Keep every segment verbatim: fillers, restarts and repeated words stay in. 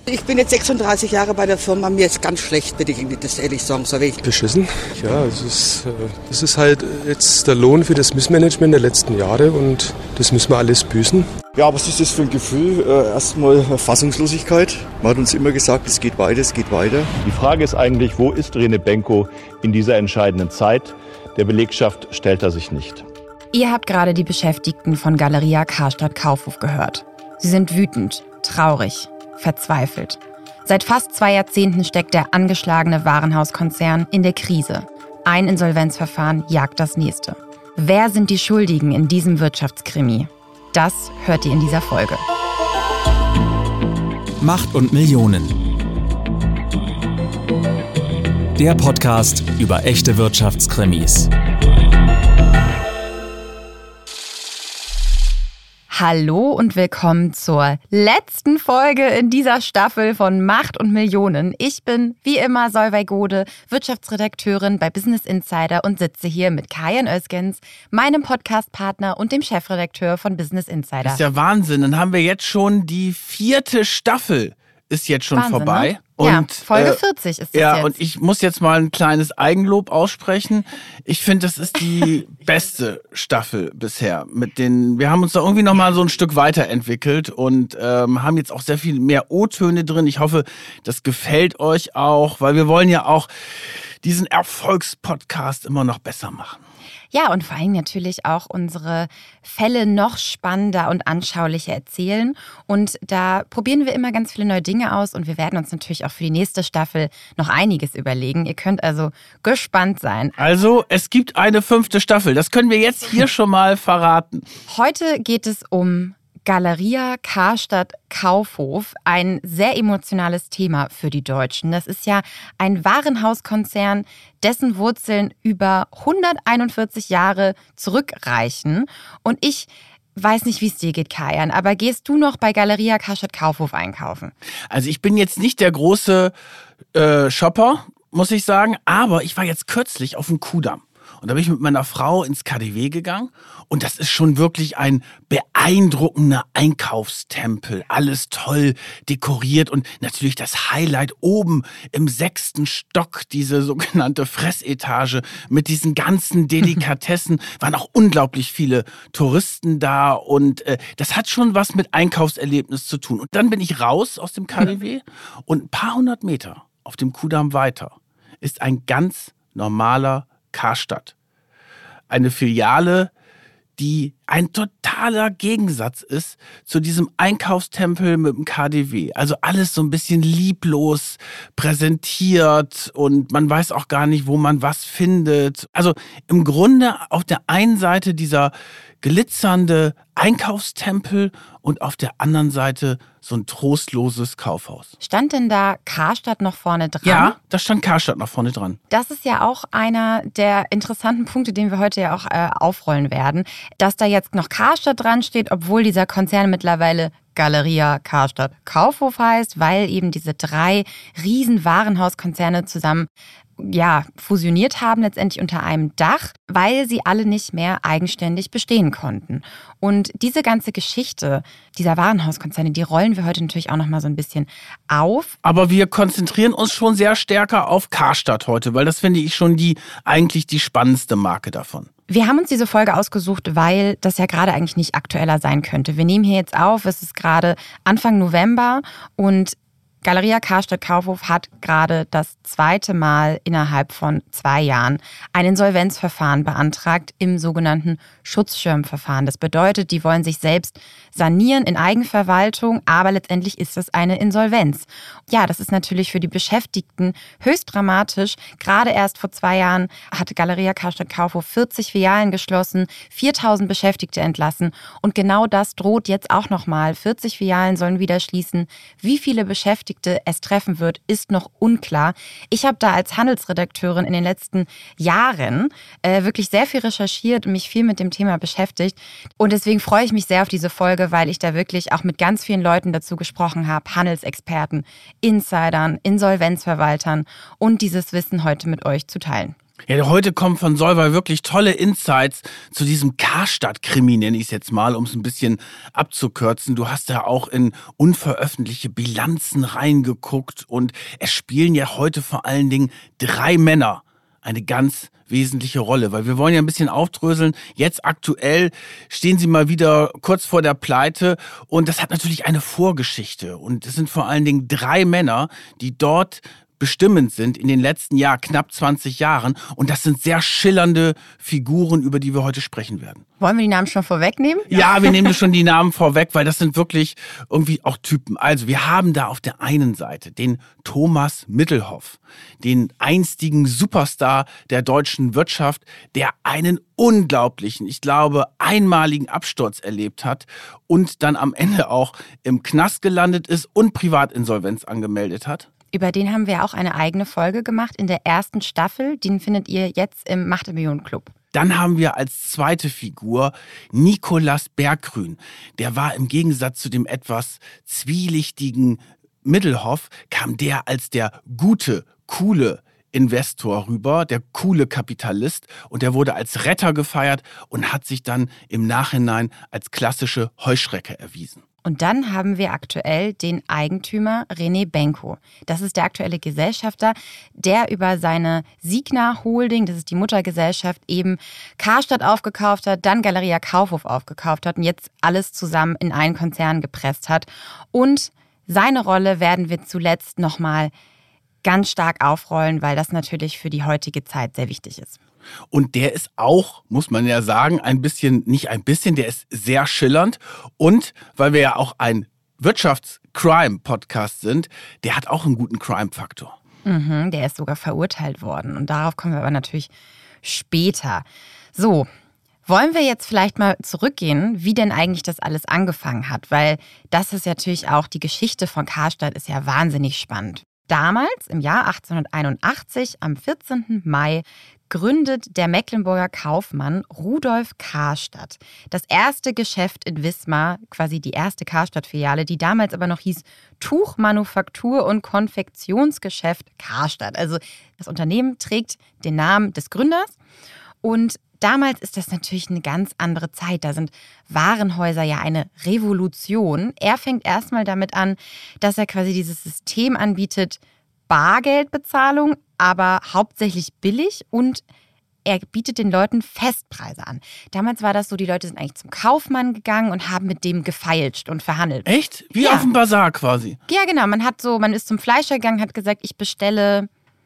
Ich bin jetzt sechsunddreißig Jahre bei der Firma, mir ist ganz schlecht, will ich Ihnen das ehrlich sagen. So ich. Beschissen. Ja, es ist, das ist halt jetzt der Lohn für das Missmanagement der letzten Jahre und das müssen wir alles büßen. Ja, was ist das für ein Gefühl? Äh, erstmal Fassungslosigkeit. Man hat uns immer gesagt, es geht weiter, es geht weiter. Die Frage ist eigentlich, wo ist Rene Benko in dieser entscheidenden Zeit? Der Belegschaft stellt er sich nicht. Ihr habt gerade die Beschäftigten von Galeria Karstadt Kaufhof gehört. Sie sind wütend, traurig, verzweifelt. Seit fast zwei Jahrzehnten steckt der angeschlagene Warenhauskonzern in der Krise. Ein Insolvenzverfahren jagt das nächste. Wer sind die Schuldigen in diesem Wirtschaftskrimi? Das hört ihr in dieser Folge. Macht und Millionen. Der Podcast über echte Wirtschaftskrimis. Hallo und willkommen zur letzten Folge in dieser Staffel von Macht und Millionen. Ich bin wie immer Solveig Gode, Wirtschaftsredakteurin bei Business Insider und sitze hier mit Kajan Özgens, meinem Podcastpartner und dem Chefredakteur von Business Insider. Das ist ja Wahnsinn, dann haben wir jetzt schon die vierte Staffel. Ist jetzt schon Wahnsinn, vorbei. Ne? Und, ja, Folge äh, vierzig ist das ja, jetzt. Und ich muss jetzt mal ein kleines Eigenlob aussprechen. Ich finde, das ist die beste Staffel bisher. Mit den, wir haben uns da irgendwie noch mal so ein Stück weiterentwickelt und ähm, haben jetzt auch sehr viel mehr O-Töne drin. Ich hoffe, das gefällt euch auch, weil wir wollen ja auch diesen Erfolgspodcast immer noch besser machen. Ja, und vor allem natürlich auch unsere Fälle noch spannender und anschaulicher erzählen. Und da probieren wir immer ganz viele neue Dinge aus und wir werden uns natürlich auch für die nächste Staffel noch einiges überlegen. Ihr könnt also gespannt sein. Also, es gibt eine fünfte Staffel. Das können wir jetzt hier schon mal verraten. Heute geht es um Galeria Karstadt Kaufhof, ein sehr emotionales Thema für die Deutschen. Das ist ja ein Warenhauskonzern, dessen Wurzeln über hunderteinundvierzig Jahre zurückreichen. Und ich weiß nicht, wie es dir geht, Kajan, aber gehst du noch bei Galeria Karstadt Kaufhof einkaufen? Also ich bin jetzt nicht der große äh, Shopper, muss ich sagen, aber ich war jetzt kürzlich auf dem Kudamm. Und da bin ich mit meiner Frau ins K D W gegangen und das ist schon wirklich ein beeindruckender Einkaufstempel. Alles toll dekoriert und natürlich das Highlight oben im sechsten Stock, diese sogenannte Fressetage mit diesen ganzen Delikatessen. Waren auch unglaublich viele Touristen da und äh, das hat schon was mit Einkaufserlebnis zu tun. Und dann bin ich raus aus dem K D W und ein paar hundert Meter auf dem Kudamm weiter ist ein ganz normaler Karstadt. Eine Filiale, die ein totaler Gegensatz ist zu diesem Einkaufstempel mit dem K D W. Also alles so ein bisschen lieblos präsentiert und man weiß auch gar nicht, wo man was findet. Also im Grunde auf der einen Seite dieser glitzernde Einkaufstempel und auf der anderen Seite so ein trostloses Kaufhaus. Stand denn da Karstadt noch vorne dran? Ja, da stand Karstadt noch vorne dran. Das ist ja auch einer der interessanten Punkte, den wir heute ja auch äh, aufrollen werden, dass da jetzt noch Karstadt dran steht, obwohl dieser Konzern mittlerweile Galeria Karstadt Kaufhof heißt, weil eben diese drei riesen Warenhauskonzerne zusammen ja, fusioniert haben, letztendlich unter einem Dach, weil sie alle nicht mehr eigenständig bestehen konnten. Und diese ganze Geschichte dieser Warenhauskonzerne, die rollen wir heute natürlich auch noch mal so ein bisschen auf. Aber wir konzentrieren uns schon sehr stärker auf Karstadt heute, weil das finde ich schon die eigentlich die spannendste Marke davon. Wir haben uns diese Folge ausgesucht, weil das ja gerade eigentlich nicht aktueller sein könnte. Wir nehmen hier jetzt auf, es ist gerade Anfang November und Galeria Karstadt Kaufhof hat gerade das zweite Mal innerhalb von zwei Jahren ein Insolvenzverfahren beantragt im sogenannten Schutzschirmverfahren. Das bedeutet, die wollen sich selbst sanieren in Eigenverwaltung, aber letztendlich ist es eine Insolvenz. Ja, das ist natürlich für die Beschäftigten höchst dramatisch. Gerade erst vor zwei Jahren hat Galeria Karstadt Kaufhof vierzig Filialen geschlossen, viertausend Beschäftigte entlassen und genau das droht jetzt auch nochmal. vierzig Filialen sollen wieder schließen. Wie viele Beschäftigte es treffen wird, ist noch unklar. Ich habe da als Handelsredakteurin in den letzten Jahren äh, wirklich sehr viel recherchiert und mich viel mit dem Thema beschäftigt. Und deswegen freue ich mich sehr auf diese Folge, weil ich da wirklich auch mit ganz vielen Leuten dazu gesprochen habe, Handelsexperten, Insidern, Insolvenzverwaltern und dieses Wissen heute mit euch zu teilen. Ja, heute kommen von Solveig wirklich tolle Insights zu diesem Karstadt-Krimi, nenne ich es jetzt mal, um es ein bisschen abzukürzen. Du hast ja auch in unveröffentlichte Bilanzen reingeguckt und es spielen ja heute vor allen Dingen drei Männer eine ganz wesentliche Rolle, weil wir wollen ja ein bisschen aufdröseln. Jetzt aktuell stehen sie mal wieder kurz vor der Pleite und das hat natürlich eine Vorgeschichte und es sind vor allen Dingen drei Männer, die dort bestimmend sind in den letzten Jahren, knapp zwanzig Jahren. Und das sind sehr schillernde Figuren, über die wir heute sprechen werden. Wollen wir die Namen schon vorwegnehmen? Ja, wir nehmen schon die Namen vorweg, weil das sind wirklich irgendwie auch Typen. Also wir haben da auf der einen Seite den Thomas Mittelhoff, den einstigen Superstar der deutschen Wirtschaft, der einen unglaublichen, ich glaube, einmaligen Absturz erlebt hat und dann am Ende auch im Knast gelandet ist und Privatinsolvenz angemeldet hat. Über den haben wir auch eine eigene Folge gemacht in der ersten Staffel. Den findet ihr jetzt im Macht der Millionen Club. Dann haben wir als zweite Figur Nikolaus Berggrün. Der war im Gegensatz zu dem etwas zwielichtigen Mittelhoff, kam der als der gute, coole Investor rüber, der coole Kapitalist. Und der wurde als Retter gefeiert und hat sich dann im Nachhinein als klassische Heuschrecke erwiesen. Und dann haben wir aktuell den Eigentümer René Benko. Das ist der aktuelle Gesellschafter, der über seine Signa Holding, das ist die Muttergesellschaft, eben Karstadt aufgekauft hat, dann Galeria Kaufhof aufgekauft hat und jetzt alles zusammen in einen Konzern gepresst hat. Und seine Rolle werden wir zuletzt nochmal ganz stark aufrollen, weil das natürlich für die heutige Zeit sehr wichtig ist. Und der ist auch, muss man ja sagen, ein bisschen, nicht ein bisschen, der ist sehr schillernd. Und weil wir ja auch ein Wirtschafts-Crime-Podcast sind, der hat auch einen guten Crime-Faktor. Mhm, der ist sogar verurteilt worden. Und darauf kommen wir aber natürlich später. So, wollen wir jetzt vielleicht mal zurückgehen, wie denn eigentlich das alles angefangen hat? Weil das ist natürlich auch, die Geschichte von Karstadt ist ja wahnsinnig spannend. Damals, im Jahr achtzehnhunderteinundachtzig, am vierzehnten Mai, gründet der Mecklenburger Kaufmann Rudolf Karstadt das erste Geschäft in Wismar, quasi die erste Karstadt-Filiale, die damals aber noch hieß Tuchmanufaktur- und Konfektionsgeschäft Karstadt. Also das Unternehmen trägt den Namen des Gründers und damals ist das natürlich eine ganz andere Zeit. Da sind Warenhäuser ja eine Revolution. Er fängt erstmal damit an, dass er quasi dieses System anbietet, Bargeldbezahlung, aber hauptsächlich billig und er bietet den Leuten Festpreise an. Damals war das so, die Leute sind eigentlich zum Kaufmann gegangen und haben mit dem gefeilscht und verhandelt. Echt? Wie ja. auf dem Bazar quasi? Ja, genau. Man hat so, man ist zum Fleischer gegangen, hat gesagt, ich bestelle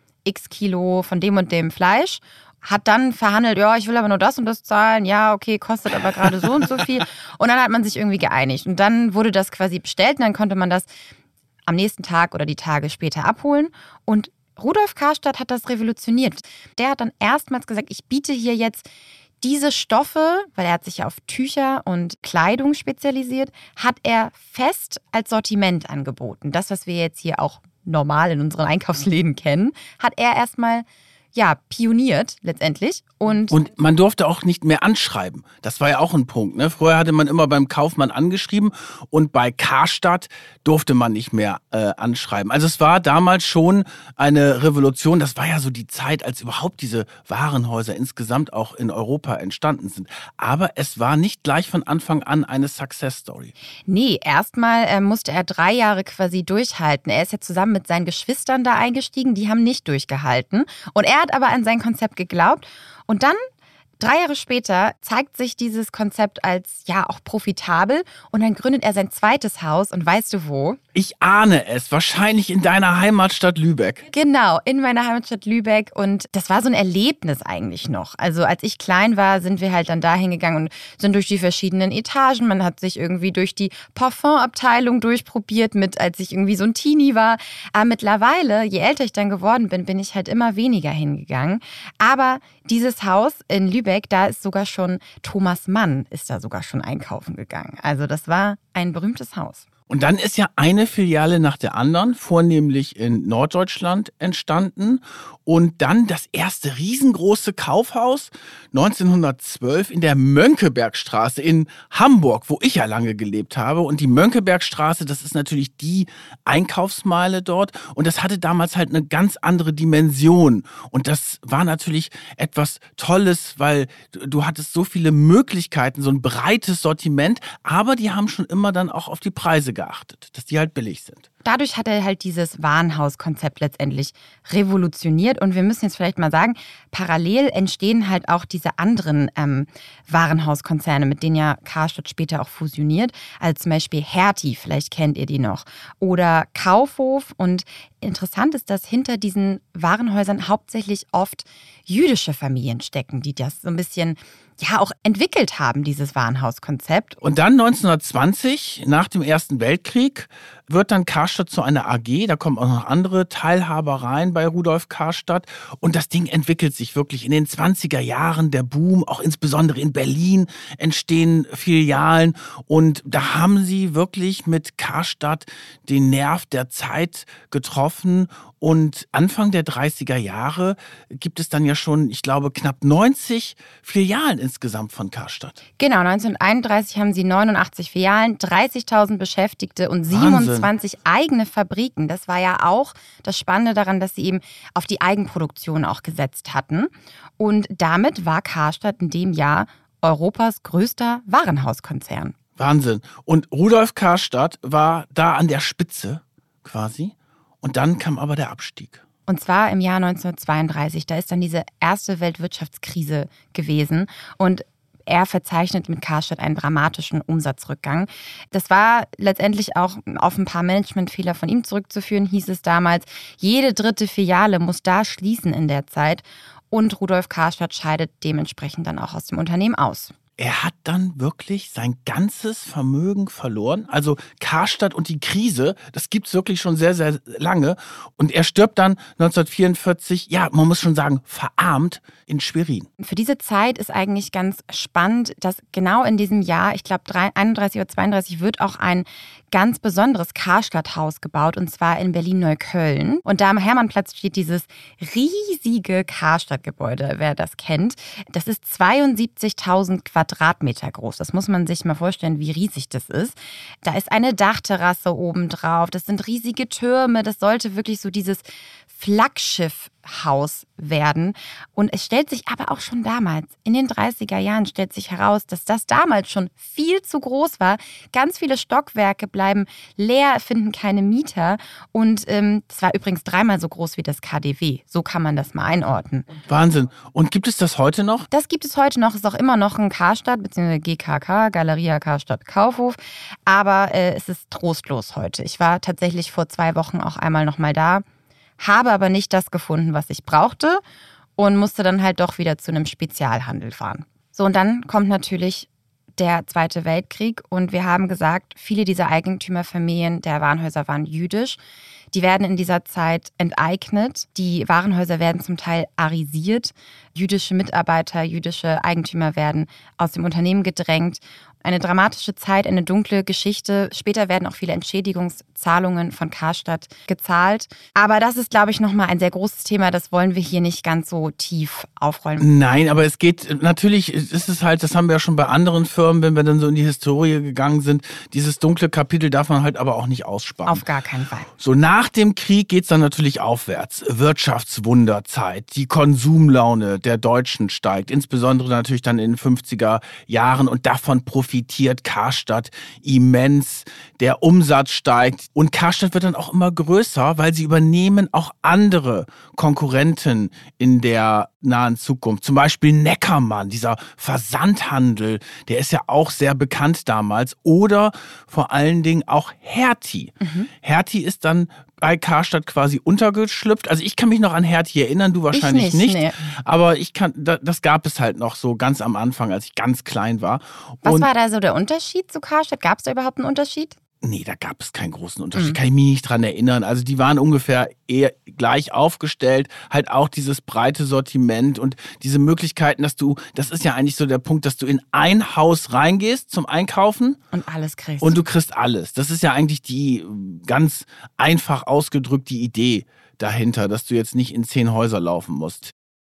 x Kilo von dem und dem Fleisch. Hat dann verhandelt, ja, ich will aber nur das und das zahlen. Ja, okay, kostet aber gerade so und so viel. Und dann hat man sich irgendwie geeinigt. Und dann wurde das quasi bestellt und dann konnte man das am nächsten Tag oder die Tage später abholen. Und Rudolf Karstadt hat das revolutioniert. Der hat dann erstmals gesagt, ich biete hier jetzt diese Stoffe, weil er hat sich ja auf Tücher und Kleidung spezialisiert, hat er fest als Sortiment angeboten. Das, was wir jetzt hier auch normal in unseren Einkaufsläden kennen, hat er erstmal ja, pioniert letztendlich. Und, und man durfte auch nicht mehr anschreiben. Das war ja auch ein Punkt. Ne? Früher hatte man immer beim Kaufmann angeschrieben und bei Karstadt durfte man nicht mehr äh, anschreiben. Also es war damals schon eine Revolution. Das war ja so die Zeit, als überhaupt diese Warenhäuser insgesamt auch in Europa entstanden sind. Aber es war nicht gleich von Anfang an eine Success Story. Nee, erstmal äh, musste er drei Jahre quasi durchhalten. Er ist ja zusammen mit seinen Geschwistern da eingestiegen. Die haben nicht durchgehalten. Und er hat aber an sein Konzept geglaubt. Und dann, drei Jahre später, zeigt sich dieses Konzept als ja auch profitabel und dann gründet er sein zweites Haus und weißt du wo? Ich ahne es, wahrscheinlich in deiner Heimatstadt Lübeck. Genau, in meiner Heimatstadt Lübeck und das war so ein Erlebnis eigentlich noch. Also als ich klein war, sind wir halt dann da hingegangen und sind durch die verschiedenen Etagen. Man hat sich irgendwie durch die Parfumabteilung durchprobiert mit, als ich irgendwie so ein Teenie war. Aber mittlerweile, je älter ich dann geworden bin, bin ich halt immer weniger hingegangen. Aber dieses Haus in Lübeck, da ist sogar schon Thomas Mann, ist da sogar schon einkaufen gegangen. Also das war ein berühmtes Haus. Und dann ist ja eine Filiale nach der anderen, vornehmlich in Norddeutschland, entstanden. Und dann das erste riesengroße Kaufhaus neunzehnhundertzwölf in der Mönckebergstraße in Hamburg, wo ich ja lange gelebt habe. Und die Mönckebergstraße, das ist natürlich die Einkaufsmeile dort. Und das hatte damals halt eine ganz andere Dimension. Und das war natürlich etwas Tolles, weil du hattest so viele Möglichkeiten, so ein breites Sortiment. Aber die haben schon immer dann auch auf die Preise geachtet, dass die halt billig sind. Dadurch hat er halt dieses Warenhauskonzept letztendlich revolutioniert. Und wir müssen jetzt vielleicht mal sagen, parallel entstehen halt auch diese anderen ähm, Warenhauskonzerne, mit denen ja Karstadt später auch fusioniert. Also zum Beispiel Hertie, vielleicht kennt ihr die noch. Oder Kaufhof. Und interessant ist, dass hinter diesen Warenhäusern hauptsächlich oft jüdische Familien stecken, die das so ein bisschen ja auch entwickelt haben, dieses Warenhauskonzept. Und dann neunzehnhundertzwanzig, nach dem Ersten Weltkrieg, wird dann Karstadt zu einer A G. Da kommen auch noch andere Teilhaber rein bei Rudolf Karstadt. Und das Ding entwickelt sich wirklich in den zwanziger Jahren, der Boom, auch insbesondere in Berlin entstehen Filialen. Und da haben sie wirklich mit Karstadt den Nerv der Zeit getroffen. Und Anfang der dreißiger Jahre gibt es dann ja schon, ich glaube, knapp neunzig Filialen insgesamt von Karstadt. Genau, neunzehnhunderteinunddreißig haben sie neunundachtzig Filialen, dreißigtausend Beschäftigte und siebenundzwanzig eigene Fabriken. Das war ja auch das Spannende daran, dass sie eben auf die Eigenproduktion auch gesetzt hatten. Und damit war Karstadt in dem Jahr Europas größter Warenhauskonzern. Wahnsinn. Und Rudolf Karstadt war da an der Spitze quasi. Und dann kam aber der Abstieg. Und zwar im Jahr neunzehnhundertzweiunddreißig. Da ist dann diese erste Weltwirtschaftskrise gewesen. Und er verzeichnet mit Karstadt einen dramatischen Umsatzrückgang. Das war letztendlich auch auf ein paar Managementfehler von ihm zurückzuführen, hieß es damals. Jede dritte Filiale muss da schließen in der Zeit. Und Rudolf Karstadt scheidet dementsprechend dann auch aus dem Unternehmen aus. Er hat dann wirklich sein ganzes Vermögen verloren. Also Karstadt und die Krise, das gibt es wirklich schon sehr, sehr lange. Und er stirbt dann neunzehnhundertvierundvierzig, ja, man muss schon sagen, verarmt in Schwerin. Für diese Zeit ist eigentlich ganz spannend, dass genau in diesem Jahr, ich glaube einunddreißig oder zweiunddreißig, wird auch ein ganz besonderes Karstadt-Haus gebaut, und zwar in Berlin-Neukölln. Und da am Hermannplatz steht dieses riesige Karstadt-Gebäude, wer das kennt. Das ist zweiundsiebzigtausend Quadratmeter groß. Das muss man sich mal vorstellen, wie riesig das ist. Da ist eine Dachterrasse oben drauf. Das sind riesige Türme. Das sollte wirklich so dieses Flaggschiffhaus werden. Und es stellt sich aber auch schon damals, in den dreißiger Jahren, stellt sich heraus, dass das damals schon viel zu groß war. Ganz viele Stockwerke bleiben leer, finden keine Mieter. Und ähm, das war übrigens dreimal so groß wie das K D W. So kann man das mal einordnen. Wahnsinn. Und gibt es das heute noch? Das gibt es heute noch. Es ist auch immer noch ein Karstadt, beziehungsweise G K K, Galeria Karstadt Kaufhof. Aber äh, es ist trostlos heute. Ich war tatsächlich vor zwei Wochen auch einmal noch mal da, habe aber nicht das gefunden, was ich brauchte, und musste dann halt doch wieder zu einem Spezialhandel fahren. So, und dann kommt natürlich der Zweite Weltkrieg, und wir haben gesagt, viele dieser Eigentümerfamilien der Warenhäuser waren jüdisch. Die werden in dieser Zeit enteignet. Die Warenhäuser werden zum Teil arisiert. Jüdische Mitarbeiter, jüdische Eigentümer werden aus dem Unternehmen gedrängt. Eine dramatische Zeit, eine dunkle Geschichte. Später werden auch viele Entschädigungszahlungen von Karstadt gezahlt. Aber das ist, glaube ich, nochmal ein sehr großes Thema. Das wollen wir hier nicht ganz so tief aufrollen. Nein, aber es geht, natürlich ist es halt, das haben wir ja schon bei anderen Firmen, wenn wir dann so in die Historie gegangen sind, dieses dunkle Kapitel darf man halt aber auch nicht aussparen. Auf gar keinen Fall. So, nach dem Krieg geht es dann natürlich aufwärts. Wirtschaftswunderzeit, die Konsumlaune der Deutschen steigt, insbesondere natürlich dann in den fünfziger Jahren, und davon profitiert Karstadt immens. Der Umsatz steigt und Karstadt wird dann auch immer größer, weil sie übernehmen auch andere Konkurrenten in der nahen Zukunft. Zum Beispiel Neckermann, dieser Versandhandel, der ist ja auch sehr bekannt damals. Oder vor allen Dingen auch Hertie. Mhm. Hertie ist dann bei Karstadt quasi untergeschlüpft. Also ich kann mich noch an Hertie erinnern, du wahrscheinlich ich nicht. nicht. Nee. Aber ich kann, das gab es halt noch so ganz am Anfang, als ich ganz klein war. Was Und war da so der Unterschied zu Karstadt? Gab es da überhaupt einen Unterschied? Nee, da gab es keinen großen Unterschied. Mhm. Kann ich mich nicht dran erinnern. Also die waren ungefähr eher gleich aufgestellt. Halt auch dieses breite Sortiment und diese Möglichkeiten, dass du, das ist ja eigentlich so der Punkt, dass du in ein Haus reingehst zum Einkaufen. Und alles kriegst. Und du kriegst alles. Das ist ja eigentlich die ganz einfach ausgedrückte Idee dahinter, dass du jetzt nicht in zehn Häuser laufen musst.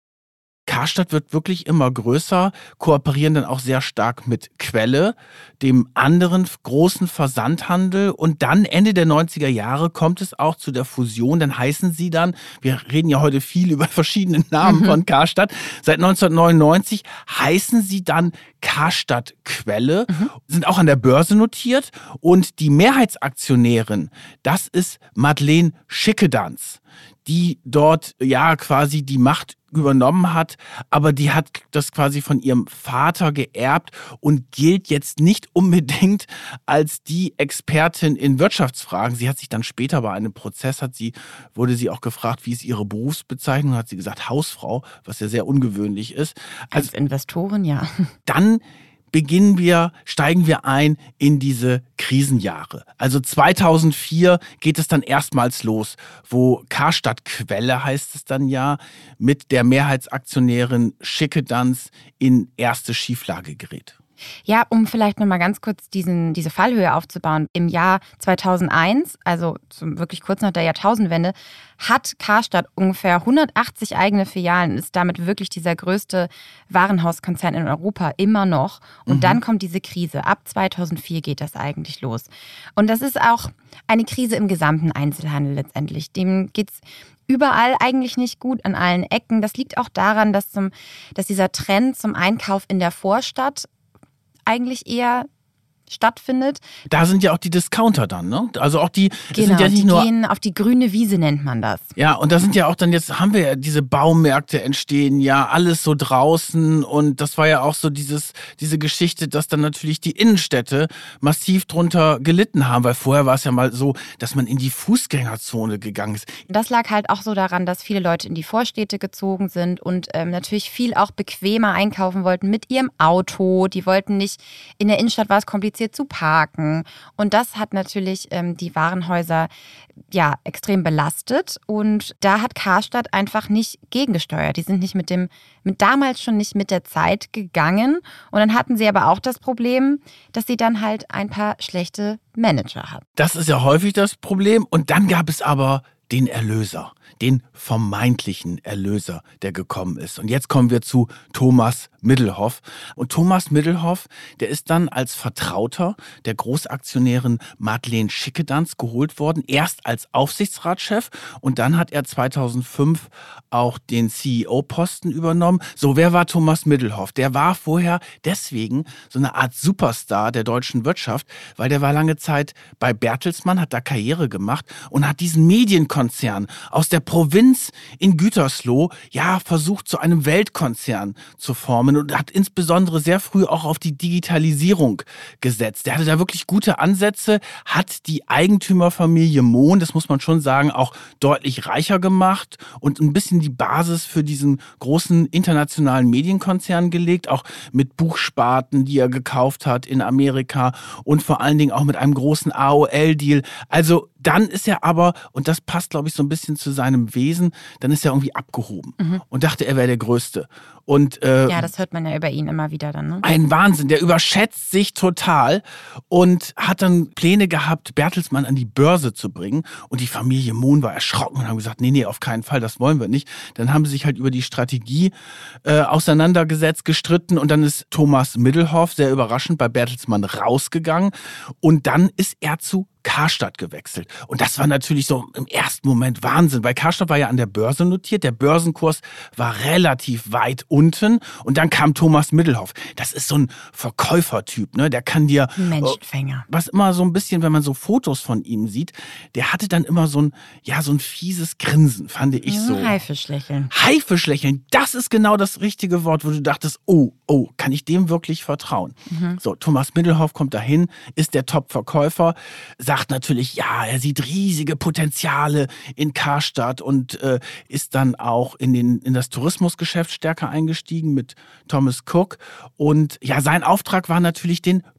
Karstadt wird wirklich immer größer, kooperieren dann auch sehr stark mit Quelle, dem anderen großen Versandhandel. Und dann Ende der neunziger Jahre kommt es auch zu der Fusion. Dann heißen sie dann, wir reden ja heute viel über verschiedene Namen mhm. von Karstadt. Seit neunzehnhundertneunundneunzig heißen sie dann Karstadt Quelle, mhm. sind auch an der Börse notiert. Und die Mehrheitsaktionärin, das ist Madeleine Schickedanz, die dort ja quasi die Macht übernommen hat, aber die hat das quasi von ihrem Vater geerbt und gilt jetzt nicht unbedingt als die Expertin in Wirtschaftsfragen. Sie hat sich dann später bei einem Prozess, hat sie, wurde sie auch gefragt, wie ist ihre Berufsbezeichnung, hat sie gesagt Hausfrau, was ja sehr ungewöhnlich ist. Also, als Investorin, ja. Dann beginnen wir, steigen wir ein in diese Krisenjahre. Also zweitausendvier geht es dann erstmals los, wo Karstadt Quelle, heißt es dann ja, mit der Mehrheitsaktionärin Schickedanz in erste Schieflage gerät. Ja, um vielleicht nochmal ganz kurz diesen, diese Fallhöhe aufzubauen. Im Jahr zweitausendeins, also zum, wirklich kurz nach der Jahrtausendwende, hat Karstadt ungefähr hundertachtzig eigene Filialen und ist damit wirklich dieser größte Warenhauskonzern in Europa immer noch. Und mhm. dann kommt diese Krise. Ab zweitausendvier geht das eigentlich los. Und das ist auch eine Krise im gesamten Einzelhandel letztendlich. Dem geht's überall eigentlich nicht gut, an allen Ecken. Das liegt auch daran, dass, zum, dass dieser Trend zum Einkauf in der Vorstadt eigentlich eher stattfindet. Da sind ja auch die Discounter dann, ne? Also auch die, genau, sind ja nicht die nur gehen auf die grüne Wiese, nennt man das. Ja, und da sind ja auch dann, jetzt haben wir ja diese Baumärkte entstehen, ja, alles so draußen und das war ja auch so dieses, diese Geschichte, dass dann natürlich die Innenstädte massiv drunter gelitten haben, weil vorher war es ja mal so, dass man in die Fußgängerzone gegangen ist. Das lag halt auch so daran, dass viele Leute in die Vorstädte gezogen sind und ähm, natürlich viel auch bequemer einkaufen wollten mit ihrem Auto. Die wollten nicht, in der Innenstadt war es kompliziert zu parken. Und das hat natürlich ähm, die Warenhäuser ja extrem belastet. Und da hat Karstadt einfach nicht gegengesteuert. Die sind nicht mit dem, mit damals schon nicht mit der Zeit gegangen. Und dann hatten sie aber auch das Problem, dass sie dann halt ein paar schlechte Manager hatten. Das ist ja häufig das Problem. Und dann gab es aber den Erlöser, den vermeintlichen Erlöser, der gekommen ist. Und jetzt kommen wir zu Thomas Middelhoff. Und Thomas Middelhoff, der ist dann als Vertrauter der Großaktionärin Madeleine Schickedanz geholt worden, erst als Aufsichtsratschef und dann hat er zweitausendfünf auch den C E O-Posten übernommen. So, wer war Thomas Middelhoff? Der war vorher deswegen so eine Art Superstar der deutschen Wirtschaft, weil der war lange Zeit bei Bertelsmann, hat da Karriere gemacht und hat diesen Medienkonzern aus der Provinz in Gütersloh ja versucht, zu einem Weltkonzern zu formen und hat insbesondere sehr früh auch auf die Digitalisierung gesetzt. Der hatte da wirklich gute Ansätze, hat die Eigentümerfamilie Mohn, das muss man schon sagen, auch deutlich reicher gemacht und ein bisschen die Basis für diesen großen internationalen Medienkonzern gelegt, auch mit Buchsparten, die er gekauft hat in Amerika und vor allen Dingen auch mit einem großen A O L-Deal. Also dann ist er aber, und das passt, glaube ich, so ein bisschen zu seinem Wesen, dann ist er irgendwie abgehoben mhm. und dachte, er wäre der Größte. Und, äh, ja, das hört man ja über ihn immer wieder dann. Ne? Ein Wahnsinn, der überschätzt sich total und hat dann Pläne gehabt, Bertelsmann an die Börse zu bringen. Und die Familie Mohn war erschrocken und haben gesagt, nee, nee, auf keinen Fall, das wollen wir nicht. Dann haben sie sich halt über die Strategie äh, auseinandergesetzt, gestritten und dann ist Thomas Middelhoff sehr überraschend bei Bertelsmann rausgegangen und dann ist er zu Karstadt gewechselt. Und das war natürlich so im ersten Moment Wahnsinn, weil Karstadt war ja an der Börse notiert, der Börsenkurs war relativ weit unten und dann kam Thomas Middelhoff. Das ist so ein Verkäufertyp, ne? Der kann dir... Menschenfänger. Was immer so ein bisschen, wenn man so Fotos von ihm sieht, der hatte dann immer so ein, ja, so ein fieses Grinsen, fand ich so. Haifischlächeln. Haifischlächeln, das ist genau das richtige Wort, wo du dachtest, oh, oh, kann ich dem wirklich vertrauen? Mhm. So, Thomas Middelhoff kommt dahin, ist der Top-Verkäufer, sagt natürlich, ja, er sieht riesige Potenziale in Karstadt und äh, ist dann auch in, den, in das Tourismusgeschäft stärker eingestiegen mit Thomas Cook. Und ja, sein Auftrag war natürlich, den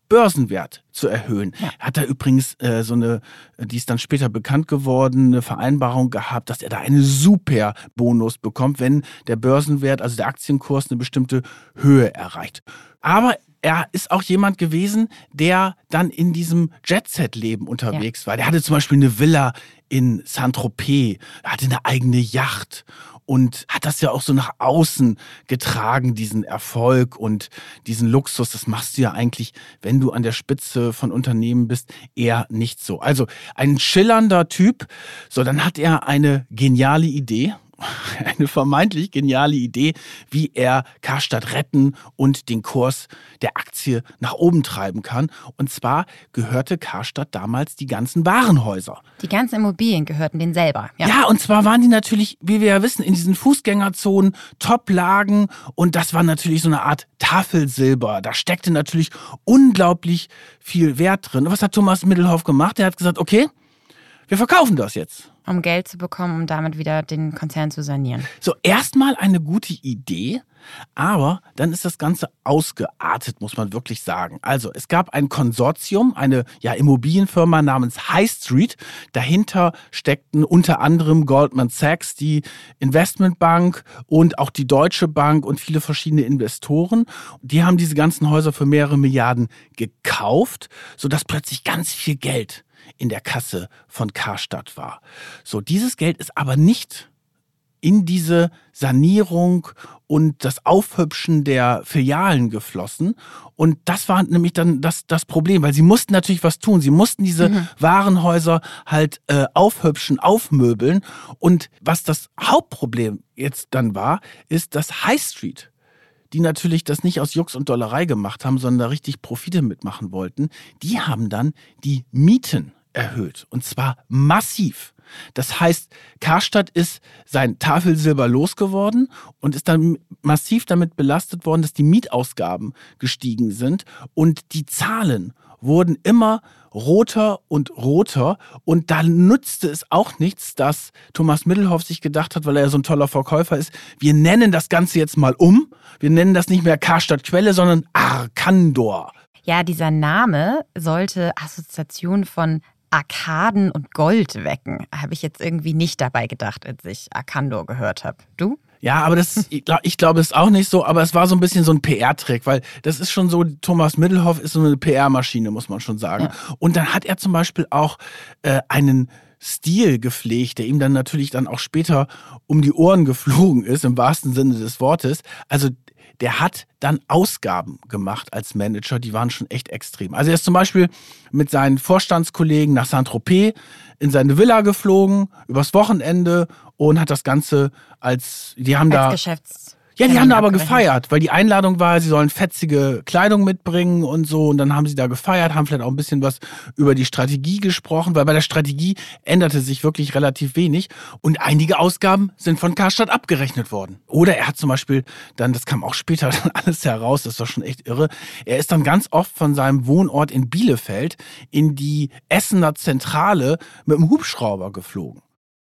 Börsenwert zu erhöhen. Ja. Hat er übrigens äh, so eine, die ist dann später bekannt geworden, eine Vereinbarung gehabt, dass er da einen super Bonus bekommt, wenn der Börsenwert, also der Aktienkurs, eine bestimmte Höhe erreicht. Aber er ist auch jemand gewesen, der dann in diesem Jet-Set-Leben unterwegs ja. war. Der hatte zum Beispiel eine Villa in Saint-Tropez, er hatte eine eigene Yacht und hat das ja auch so nach außen getragen, diesen Erfolg und diesen Luxus. Das machst du ja eigentlich, wenn du an der Spitze von Unternehmen bist, eher nicht so. Also ein schillernder Typ. So, dann hat er eine geniale Idee. Eine vermeintlich geniale Idee, wie er Karstadt retten und den Kurs der Aktie nach oben treiben kann. Und zwar gehörte Karstadt damals die ganzen Warenhäuser. Die ganzen Immobilien gehörten denen selber. Ja. ja, und zwar waren die natürlich, wie wir ja wissen, in diesen Fußgängerzonen, Top-Lagen. Und das war natürlich so eine Art Tafelsilber. Da steckte natürlich unglaublich viel Wert drin. Und was hat Thomas Middelhoff gemacht? Er hat gesagt, okay, wir verkaufen das jetzt. Um Geld zu bekommen, um damit wieder den Konzern zu sanieren. So, erstmal eine gute Idee, aber dann ist das Ganze ausgeartet, muss man wirklich sagen. Also, es gab ein Konsortium, eine ja, Immobilienfirma namens High Street. Dahinter steckten unter anderem Goldman Sachs, die Investmentbank und auch die Deutsche Bank und viele verschiedene Investoren. Die haben diese ganzen Häuser für mehrere Milliarden gekauft, sodass plötzlich ganz viel Geld in der Kasse von Karstadt war. So, dieses Geld ist aber nicht in diese Sanierung und das Aufhübschen der Filialen geflossen. Und das war nämlich dann das, das Problem, weil sie mussten natürlich was tun. Sie mussten diese mhm. Warenhäuser halt äh, aufhübschen, aufmöbeln. Und was das Hauptproblem jetzt dann war, ist, dass High Street, die natürlich das nicht aus Jux und Dollerei gemacht haben, sondern da richtig Profite mitmachen wollten, die haben dann die Mieten erhöht. Und zwar massiv. Das heißt, Karstadt ist sein Tafelsilber losgeworden und ist dann massiv damit belastet worden, dass die Mietausgaben gestiegen sind. Und die Zahlen wurden immer roter und roter. Und da nützte es auch nichts, dass Thomas Middelhoff sich gedacht hat, weil er so ein toller Verkäufer ist, wir nennen das Ganze jetzt mal um. Wir nennen das nicht mehr Karstadt Quelle, sondern Arcandor. Ja, dieser Name sollte Assoziationen von Arkaden und Gold wecken. Habe ich jetzt irgendwie nicht dabei gedacht, als ich Arcandor gehört habe. Du? Ja, aber das, ich glaube, ich glaub, es ist auch nicht so, aber es war so ein bisschen so ein P R-Trick, weil das ist schon so, Thomas Middelhoff ist so eine P R-Maschine, muss man schon sagen. Ja. Und dann hat er zum Beispiel auch äh, einen Stil gepflegt, der ihm dann natürlich dann auch später um die Ohren geflogen ist, im wahrsten Sinne des Wortes. Also der hat dann Ausgaben gemacht als Manager, die waren schon echt extrem. Also er ist zum Beispiel mit seinen Vorstandskollegen nach Saint-Tropez in seine Villa geflogen, übers Wochenende und hat das Ganze als, die haben als da... Geschäfts- Ja, die haben da aber gefeiert, weil die Einladung war, sie sollen fetzige Kleidung mitbringen und so. Und dann haben sie da gefeiert, haben vielleicht auch ein bisschen was über die Strategie gesprochen, weil bei der Strategie änderte sich wirklich relativ wenig. Und einige Ausgaben sind von Karstadt abgerechnet worden. Oder er hat zum Beispiel dann, das kam auch später dann alles heraus, das war schon echt irre, er ist dann ganz oft von seinem Wohnort in Bielefeld in die Essener Zentrale mit dem Hubschrauber geflogen.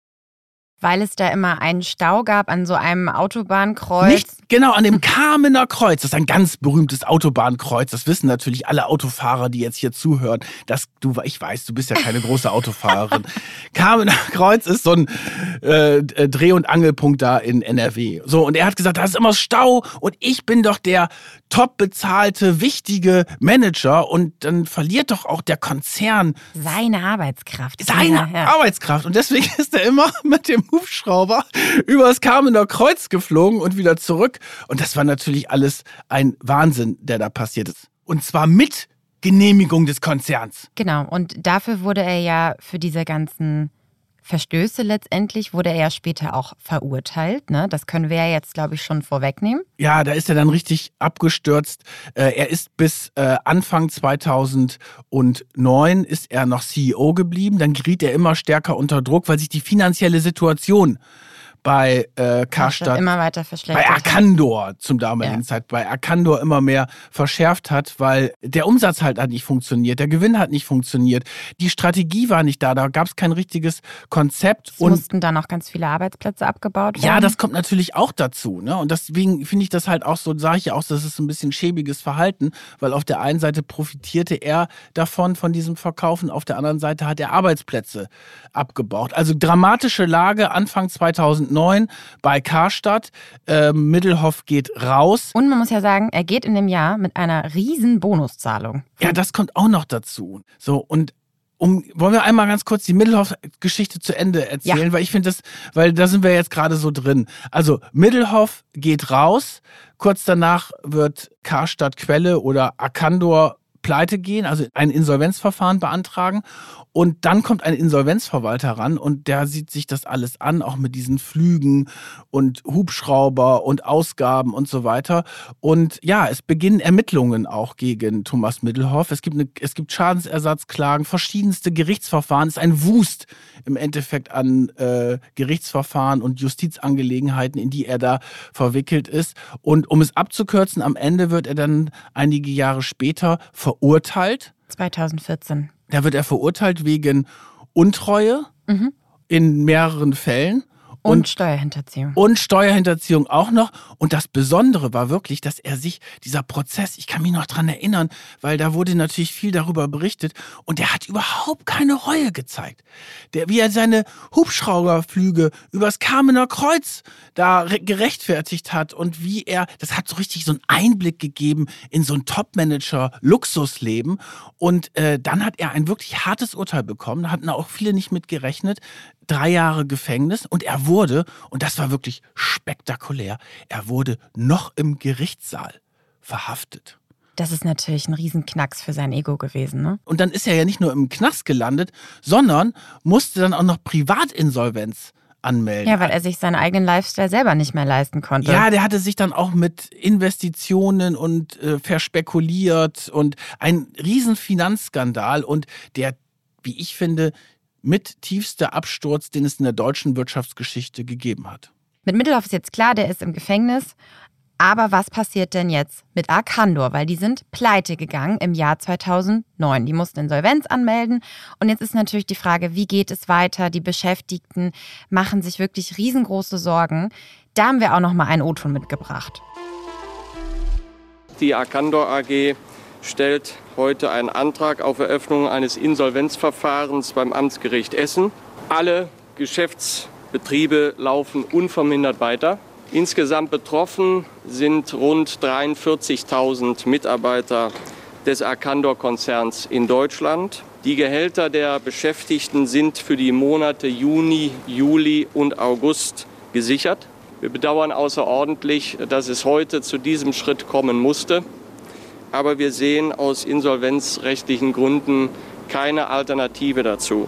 Weil es da immer einen Stau gab an so einem Autobahnkreuz. Nicht, genau, an dem Kamener Kreuz. Das ist ein ganz berühmtes Autobahnkreuz. Das wissen natürlich alle Autofahrer, die jetzt hier zuhören. Das, du, ich weiß, du bist ja keine große Autofahrerin. Kamener Kreuz ist so ein äh, Dreh- und Angelpunkt da in N R W. So, und er hat gesagt, da ist immer Stau und ich bin doch der top bezahlte, wichtige Manager und dann verliert doch auch der Konzern seine Arbeitskraft. Seine ja, ja. Arbeitskraft. Und deswegen ist er immer mit dem Hubschrauber über das Kamener Kreuz geflogen und wieder zurück. Und das war natürlich alles ein Wahnsinn, der da passiert ist. Und zwar mit Genehmigung des Konzerns. Genau, und dafür wurde er ja für diese ganzen Verstöße letztendlich, wurde er ja später auch verurteilt. Ne? Das können wir ja jetzt, glaube ich, schon vorwegnehmen. Ja, da ist er dann richtig abgestürzt. Er ist bis Anfang zweitausendneun ist er noch C E O geblieben. Dann geriet er immer stärker unter Druck, weil sich die finanzielle Situation bei äh, Karstadt immer weiter verschlechtert. Bei Arcandor zum damaligen ja. Zeit, bei Arcandor immer mehr verschärft hat, weil der Umsatz halt hat nicht funktioniert, der Gewinn hat nicht funktioniert, die Strategie war nicht da, da gab es kein richtiges Konzept. Es und mussten dann auch ganz viele Arbeitsplätze abgebaut werden. Ja, das kommt natürlich auch dazu. Ne? Und deswegen finde ich das halt auch so, sage ich ja auch, das ist so ein bisschen schäbiges Verhalten, weil auf der einen Seite profitierte er davon, von diesem Verkaufen, auf der anderen Seite hat er Arbeitsplätze abgebaut. Also dramatische Lage Anfang zweitausendneun bei Karstadt. Ähm, Middelhoff geht raus. Und man muss ja sagen, er geht in dem Jahr mit einer riesen Bonuszahlung. Ja, das kommt auch noch dazu. So, und um, wollen wir einmal ganz kurz die Middelhoff-Geschichte zu Ende erzählen, ja. weil ich finde das, weil da sind wir jetzt gerade so drin. Also Middelhoff geht raus, kurz danach wird Karstadt Quelle oder Arcandor pleite gehen, also ein Insolvenzverfahren beantragen. Und dann kommt ein Insolvenzverwalter ran und der sieht sich das alles an, auch mit diesen Flügen und Hubschrauber und Ausgaben und so weiter. Und ja, es beginnen Ermittlungen auch gegen Thomas Middelhoff. Es gibt, eine, es gibt Schadensersatzklagen, verschiedenste Gerichtsverfahren. Es ist ein Wust im Endeffekt an äh, Gerichtsverfahren und Justizangelegenheiten, in die er da verwickelt ist. Und um es abzukürzen, am Ende wird er dann einige Jahre später verurteilt. zweitausendvierzehn. Da wird er verurteilt wegen Untreue mhm. in mehreren Fällen. Und, und Steuerhinterziehung. Und Steuerhinterziehung auch noch. Und das Besondere war wirklich, dass er sich, dieser Prozess, ich kann mich noch dran erinnern, weil da wurde natürlich viel darüber berichtet und er hat überhaupt keine Reue gezeigt. Der, wie er seine Hubschrauberflüge übers Kamener Kreuz da gerechtfertigt hat und wie er, das hat so richtig so einen Einblick gegeben in so ein Top-Manager-Luxusleben. Und äh, dann hat er ein wirklich hartes Urteil bekommen, da hatten auch viele nicht mit gerechnet. Drei Jahre Gefängnis und er wurde, und das war wirklich spektakulär, er wurde noch im Gerichtssaal verhaftet. Das ist natürlich ein Riesenknacks für sein Ego gewesen, ne? Und dann ist er ja nicht nur im Knast gelandet, sondern musste dann auch noch Privatinsolvenz anmelden. Ja, weil er sich seinen eigenen Lifestyle selber nicht mehr leisten konnte. Ja, der hatte sich dann auch mit Investitionen und äh, verspekuliert und ein riesen Finanzskandal und der, wie ich finde, mit tiefster Absturz, den es in der deutschen Wirtschaftsgeschichte gegeben hat. Mit Middelhoff ist jetzt klar, der ist im Gefängnis. Aber was passiert denn jetzt mit Arcandor? Weil die sind pleite gegangen im Jahr zweitausendneun. Die mussten Insolvenz anmelden. Und jetzt ist natürlich die Frage, wie geht es weiter? Die Beschäftigten machen sich wirklich riesengroße Sorgen. Da haben wir auch noch mal einen O-Ton mitgebracht. Die Arcandor A G stellt heute einen Antrag auf Eröffnung eines Insolvenzverfahrens beim Amtsgericht Essen. Alle Geschäftsbetriebe laufen unvermindert weiter. Insgesamt betroffen sind rund dreiundvierzigtausend Mitarbeiter des Arcandor-Konzerns in Deutschland. Die Gehälter der Beschäftigten sind für die Monate Juni, Juli und August gesichert. Wir bedauern außerordentlich, dass es heute zu diesem Schritt kommen musste. Aber wir sehen aus insolvenzrechtlichen Gründen keine Alternative dazu.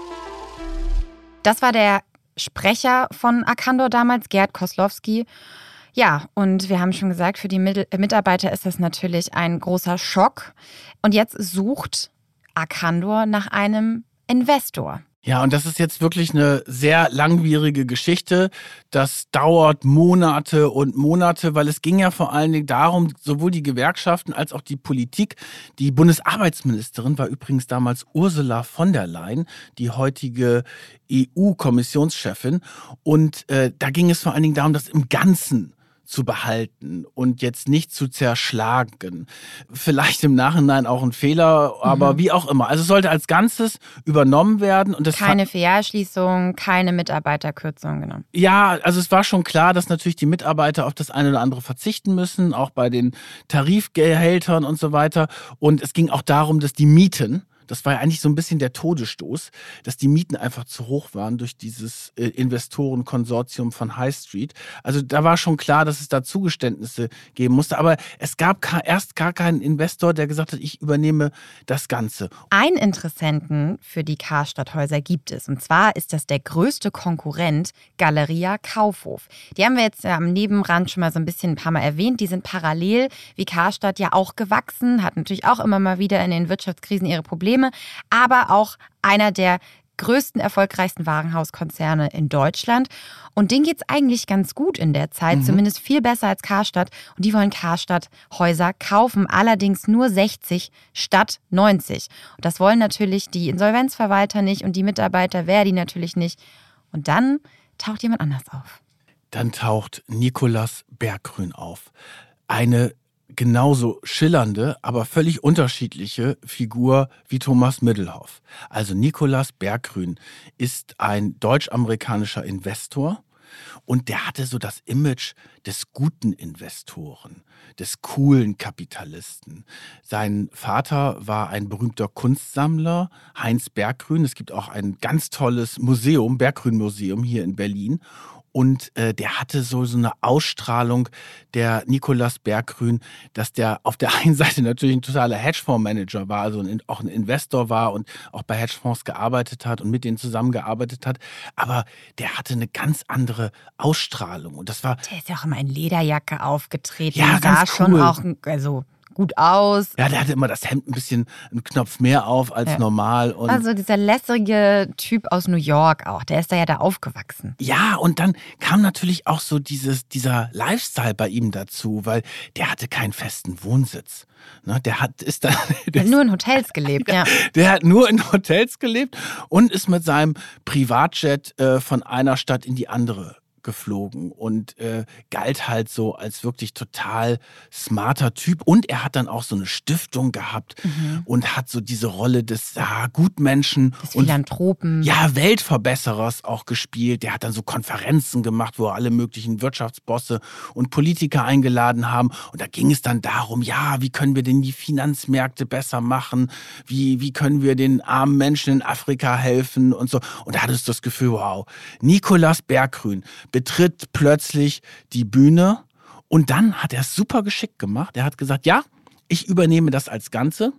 Das war der Sprecher von Arcandor damals, Gerd Koslowski. Ja, und wir haben schon gesagt, für die Mitarbeiter ist das natürlich ein großer Schock. Und jetzt sucht Arcandor nach einem Investor. Ja, und das ist jetzt wirklich eine sehr langwierige Geschichte. Das dauert Monate und Monate, weil es ging ja vor allen Dingen darum, sowohl die Gewerkschaften als auch die Politik. Die Bundesarbeitsministerin war übrigens damals Ursula von der Leyen, die heutige E U-Kommissionschefin. Und äh, da ging es vor allen Dingen darum, das im Ganzen zu behalten und jetzt nicht zu zerschlagen. Vielleicht im Nachhinein auch ein Fehler, aber mhm. wie auch immer. Also es sollte als Ganzes übernommen werden. Und das keine Filialschließung, keine Mitarbeiterkürzung, genau. Ja, also es war schon klar, dass natürlich die Mitarbeiter auf das eine oder andere verzichten müssen, auch bei den Tarifgehältern und so weiter. Und es ging auch darum, dass die Mieten, das war ja eigentlich so ein bisschen der Todesstoß, dass die Mieten einfach zu hoch waren durch dieses äh, Investorenkonsortium von High Street. Also da war schon klar, dass es da Zugeständnisse geben musste. Aber es gab ka- erst gar keinen Investor, der gesagt hat, ich übernehme das Ganze. Einen Interessenten für die Karstadt-Häuser gibt es. Und zwar ist das der größte Konkurrent Galeria Kaufhof. Die haben wir jetzt am Nebenrand schon mal so ein bisschen ein paar Mal erwähnt. Die sind parallel wie Karstadt ja auch gewachsen, hat natürlich auch immer mal wieder in den Wirtschaftskrisen ihre Probleme. Aber auch einer der größten, erfolgreichsten Warenhauskonzerne in Deutschland. Und denen geht es eigentlich ganz gut in der Zeit, mhm. zumindest viel besser als Karstadt. Und die wollen Karstadt-Häuser kaufen, allerdings nur sechzig statt neunzig. Und das wollen natürlich die Insolvenzverwalter nicht und die Mitarbeiter Verdi natürlich nicht. Und dann taucht jemand anders auf. Dann taucht Nicolas Berggruen auf. Eine genauso schillernde, aber völlig unterschiedliche Figur wie Thomas Middelhoff. Also Nicolas Berggruen ist ein deutsch-amerikanischer Investor und der hatte so das Image des guten Investoren, des coolen Kapitalisten. Sein Vater war ein berühmter Kunstsammler, Heinz Berggruen. Es gibt auch ein ganz tolles Museum, Berggruen-Museum hier in Berlin. Und äh, der hatte so, so eine Ausstrahlung, der Nicolas Berggruen, dass der auf der einen Seite natürlich ein totaler Hedgefondsmanager war, also ein, auch ein Investor war und auch bei Hedgefonds gearbeitet hat und mit denen zusammengearbeitet hat. Aber der hatte eine ganz andere Ausstrahlung. Und das war. Der ist ja auch immer in Lederjacke aufgetreten. Ja, sah ganz schon cool. auch also gut aus. Ja, der hatte immer das Hemd ein bisschen einen Knopf mehr auf als ja. normal. Und also dieser lässige Typ aus New York auch, der ist da ja da aufgewachsen. Ja, und dann kam natürlich auch so dieses, dieser Lifestyle bei ihm dazu, weil der hatte keinen festen Wohnsitz. Ne, der hat, ist dann, der hat nur in Hotels gelebt, ja. Der hat nur in Hotels gelebt und ist mit seinem Privatjet äh, von einer Stadt in die andere geflogen und äh, galt halt so als wirklich total smarter Typ. Und er hat dann auch so eine Stiftung gehabt mhm. und hat so diese Rolle des ja, Gutmenschen des Philanthropen. Und ja, Weltverbesserers auch gespielt. Der hat dann so Konferenzen gemacht, wo alle möglichen Wirtschaftsbosse und Politiker eingeladen haben. Und da ging es dann darum, ja, wie können wir denn die Finanzmärkte besser machen? Wie, wie können wir den armen Menschen in Afrika helfen und so. Und da hattest du das Gefühl, wow, Nicolas Berggruen betritt plötzlich die Bühne und dann hat er es super geschickt gemacht. Er hat gesagt, ja, ich übernehme das als Ganze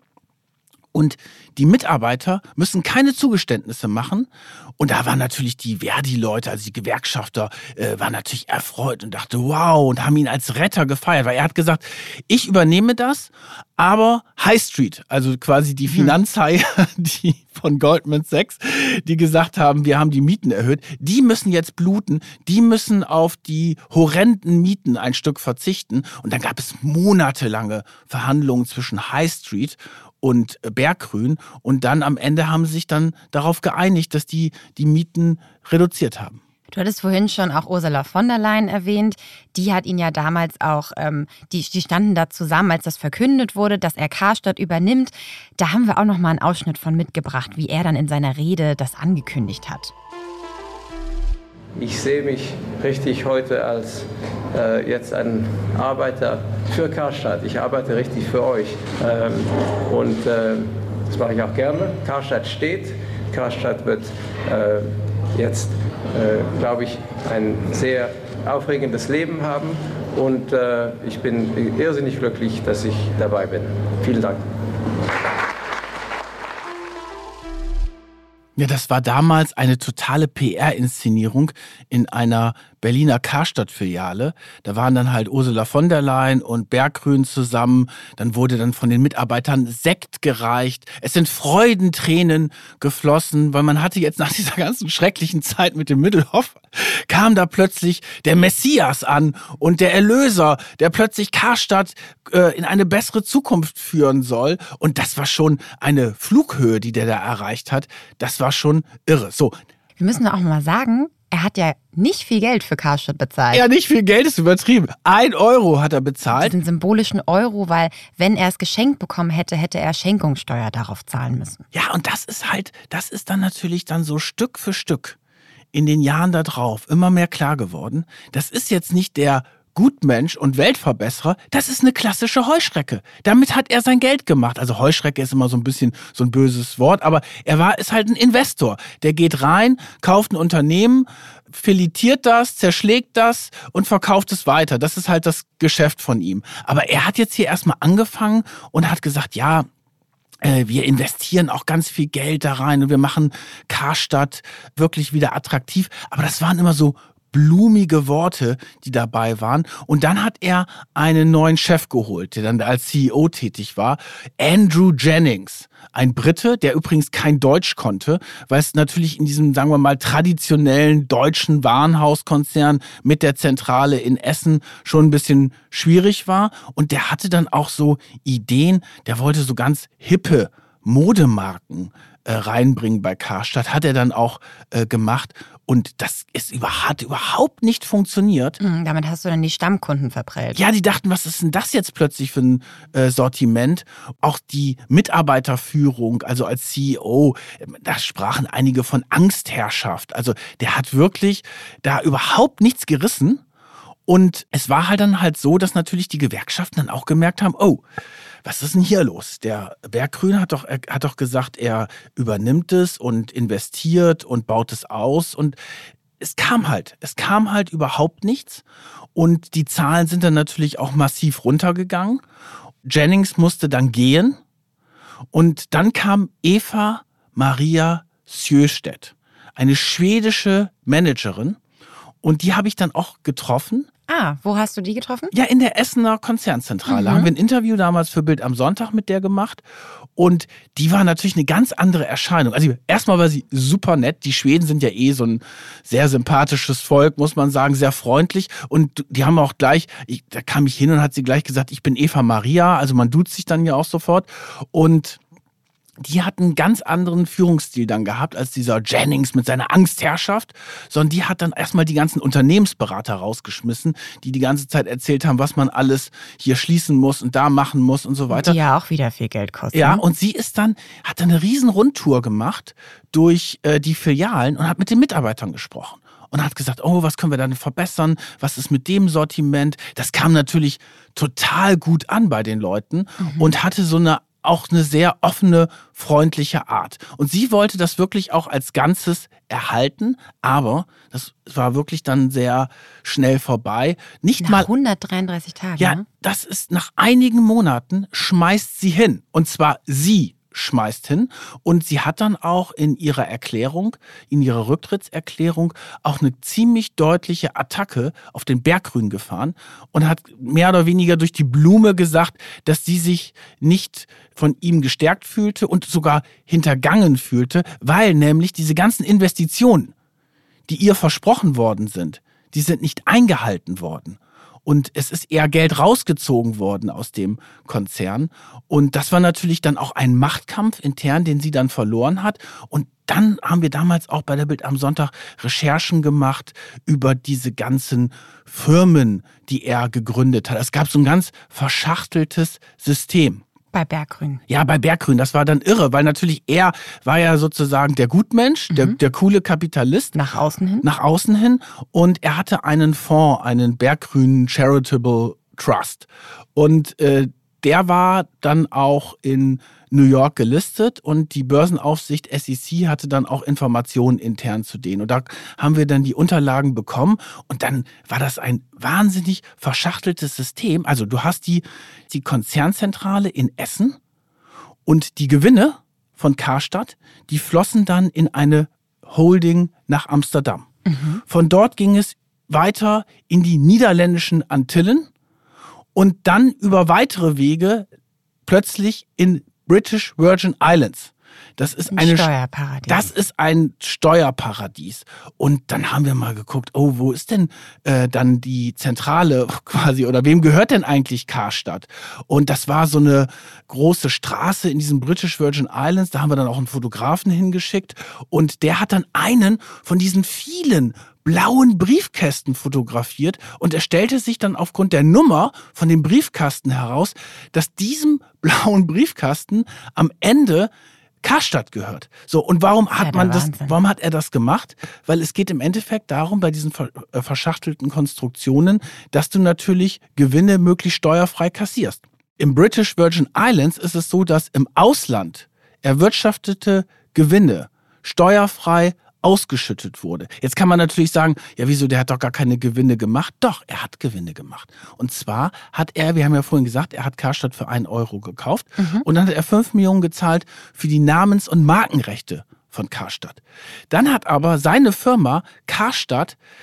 und die Mitarbeiter müssen keine Zugeständnisse machen. Und da waren natürlich die Verdi-Leute, also die Gewerkschafter, äh, waren natürlich erfreut und dachte, wow, und haben ihn als Retter gefeiert, weil er hat gesagt, ich übernehme das, aber High Street, also quasi die Finanzhaie, die von Goldman Sachs, die gesagt haben, wir haben die Mieten erhöht, die müssen jetzt bluten, die müssen auf die horrenden Mieten ein Stück verzichten. Und dann gab es monatelange Verhandlungen zwischen High Street und Berggruen und dann am Ende haben sie sich dann darauf geeinigt, dass die die Mieten reduziert haben. Du hattest vorhin schon auch Ursula von der Leyen erwähnt. Die hat ihn ja damals auch, ähm, die, die standen da zusammen, als das verkündet wurde, dass er Karstadt übernimmt. Da haben wir auch noch mal einen Ausschnitt von mitgebracht, wie er dann in seiner Rede das angekündigt hat. Ich sehe mich richtig heute als äh, jetzt ein Arbeiter für Karstadt. Ich arbeite richtig für euch. Ähm, und äh, das mache ich auch gerne. Karstadt steht. Karstadt wird äh, jetzt, äh, glaube ich, ein sehr aufregendes Leben haben. Und äh, ich bin irrsinnig glücklich, dass ich dabei bin. Vielen Dank. Ja, das war damals eine totale P R-Inszenierung in einer Berliner Karstadt-Filiale. Da waren dann halt Ursula von der Leyen und Berggruen zusammen. Dann wurde dann von den Mitarbeitern Sekt gereicht. Es sind Freudentränen geflossen, weil man hatte jetzt nach dieser ganzen schrecklichen Zeit mit dem Middelhoff, kam da plötzlich der Messias an und der Erlöser, der plötzlich Karstadt äh, in eine bessere Zukunft führen soll. Und das war schon eine Flughöhe, die der da erreicht hat. Das war schon irre. So. Wir müssen auch mal sagen, er hat ja nicht viel Geld für Karstadt bezahlt. Ja, nicht viel Geld ist übertrieben. Ein Euro hat er bezahlt. Diesen symbolischen Euro, weil wenn er es geschenkt bekommen hätte, hätte er Schenkungssteuer darauf zahlen müssen. Ja, und das ist halt, das ist dann natürlich dann so Stück für Stück in den Jahren da drauf immer mehr klar geworden. Das ist jetzt nicht der Gutmensch und Weltverbesserer, das ist eine klassische Heuschrecke. Damit hat er sein Geld gemacht. Also Heuschrecke ist immer so ein bisschen so ein böses Wort, aber er war ist halt ein Investor. Der geht rein, kauft ein Unternehmen, filetiert das, zerschlägt das und verkauft es weiter. Das ist halt das Geschäft von ihm. Aber er hat jetzt hier erstmal angefangen und hat gesagt, ja, wir investieren auch ganz viel Geld da rein und wir machen Karstadt wirklich wieder attraktiv. Aber das waren immer so blumige Worte, die dabei waren. Und dann hat er einen neuen Chef geholt, der dann als C E O tätig war, Andrew Jennings. Ein Brite, der übrigens kein Deutsch konnte, weil es natürlich in diesem, sagen wir mal, traditionellen deutschen Warenhauskonzern mit der Zentrale in Essen schon ein bisschen schwierig war. Und der hatte dann auch so Ideen, der wollte so ganz hippe Modemarken äh, reinbringen bei Karstadt, hat er dann auch äh, gemacht. Und das ist über, hat überhaupt nicht funktioniert. Mhm, damit hast du dann die Stammkunden verprellt. Ja, die dachten, was ist denn das jetzt plötzlich für ein äh, Sortiment? Auch die Mitarbeiterführung, also als C E O, da sprachen einige von Angstherrschaft. Also der hat wirklich da überhaupt nichts gerissen. Und es war halt dann halt so, dass natürlich die Gewerkschaften dann auch gemerkt haben, oh, was ist denn hier los? Der Berggrün hat doch, hat doch gesagt, er übernimmt es und investiert und baut es aus. Und es kam halt, es kam halt überhaupt nichts. Und die Zahlen sind dann natürlich auch massiv runtergegangen. Jennings musste dann gehen. Und dann kam Eva Maria Sjöstedt, eine schwedische Managerin. Und die habe ich dann auch getroffen. Ah, wo hast du die getroffen? Ja, in der Essener Konzernzentrale. Mhm. Haben wir ein Interview damals für Bild am Sonntag mit der gemacht. Und die war natürlich eine ganz andere Erscheinung. Also erstmal war sie super nett. Die Schweden sind ja eh so ein sehr sympathisches Volk, muss man sagen, sehr freundlich. Und die haben auch gleich, ich, da kam ich hin und hat sie gleich gesagt, ich bin Eva Maria. Also man duzt sich dann ja auch sofort. Und die hat einen ganz anderen Führungsstil dann gehabt als dieser Jennings mit seiner Angstherrschaft, sondern die hat dann erstmal die ganzen Unternehmensberater rausgeschmissen, die die ganze Zeit erzählt haben, was man alles hier schließen muss und da machen muss und so weiter. Die ja auch wieder viel Geld kosten. Ja, und sie ist dann, hat dann eine riesen Rundtour gemacht durch äh, die Filialen und hat mit den Mitarbeitern gesprochen. Und hat gesagt, oh, was können wir dann verbessern? Was ist mit dem Sortiment? Das kam natürlich total gut an bei den Leuten mhm. und hatte so eine auch eine sehr offene, freundliche Art. Und sie wollte das wirklich auch als Ganzes erhalten, aber das war wirklich dann sehr schnell vorbei. Nicht nach mal hundertdreiunddreißig Tagen. Ja, ne? das ist nach einigen Monaten schmeißt sie hin. Und zwar sie schmeißt hin. Und sie hat dann auch in ihrer Erklärung, in ihrer Rücktrittserklärung auch eine ziemlich deutliche Attacke auf den Berggrün gefahren und hat mehr oder weniger durch die Blume gesagt, dass sie sich nicht von ihm gestärkt fühlte und sogar hintergangen fühlte, weil nämlich diese ganzen Investitionen, die ihr versprochen worden sind, die sind nicht eingehalten worden. Und es ist eher Geld rausgezogen worden aus dem Konzern. Und das war natürlich dann auch ein Machtkampf intern, den sie dann verloren hat. Und dann haben wir damals auch bei der Bild am Sonntag Recherchen gemacht über diese ganzen Firmen, die er gegründet hat. Es gab so ein ganz verschachteltes System. Bei Berggrün. Ja, bei Berggrün, das war dann irre, weil natürlich er war ja sozusagen der Gutmensch, mhm. der, der coole Kapitalist. Nach außen hin? Nach außen hin. Und er hatte einen Fonds, einen Berggrün Charitable Trust. Und äh, der war dann auch in New York gelistet und die Börsenaufsicht S E C hatte dann auch Informationen intern zu denen. Und da haben wir dann die Unterlagen bekommen und dann war das ein wahnsinnig verschachteltes System. Also du hast die, die Konzernzentrale in Essen und die Gewinne von Karstadt, die flossen dann in eine Holding nach Amsterdam. Mhm. Von dort ging es weiter in die niederländischen Antillen und dann über weitere Wege plötzlich in British Virgin Islands. Das ist ein eine Steuerparadies. Das ist ein Steuerparadies. Und dann haben wir mal geguckt, oh, wo ist denn äh, dann die Zentrale quasi oder wem gehört denn eigentlich Karstadt? Und das war so eine große Straße in diesen British Virgin Islands. Da haben wir dann auch einen Fotografen hingeschickt und der hat dann einen von diesen vielen blauen Briefkästen fotografiert und es stellte sich dann aufgrund der Nummer von dem Briefkasten heraus, dass diesem blauen Briefkasten am Ende Karstadt gehört. So, und warum hat ja, man das, Wahnsinn. warum hat er das gemacht? Weil es geht im Endeffekt darum, bei diesen verschachtelten Konstruktionen, dass du natürlich Gewinne möglichst steuerfrei kassierst. Im British Virgin Islands ist es so, dass im Ausland erwirtschaftete Gewinne steuerfrei ausgeschüttet wurde. Jetzt kann man natürlich sagen, ja wieso, der hat doch gar keine Gewinne gemacht. Doch, er hat Gewinne gemacht. Und zwar hat er, wir haben ja vorhin gesagt, er hat Karstadt für einen Euro gekauft mhm. und dann hat er fünf Millionen gezahlt für die Namens- und Markenrechte von Karstadt. Dann hat aber seine Firma Karstadt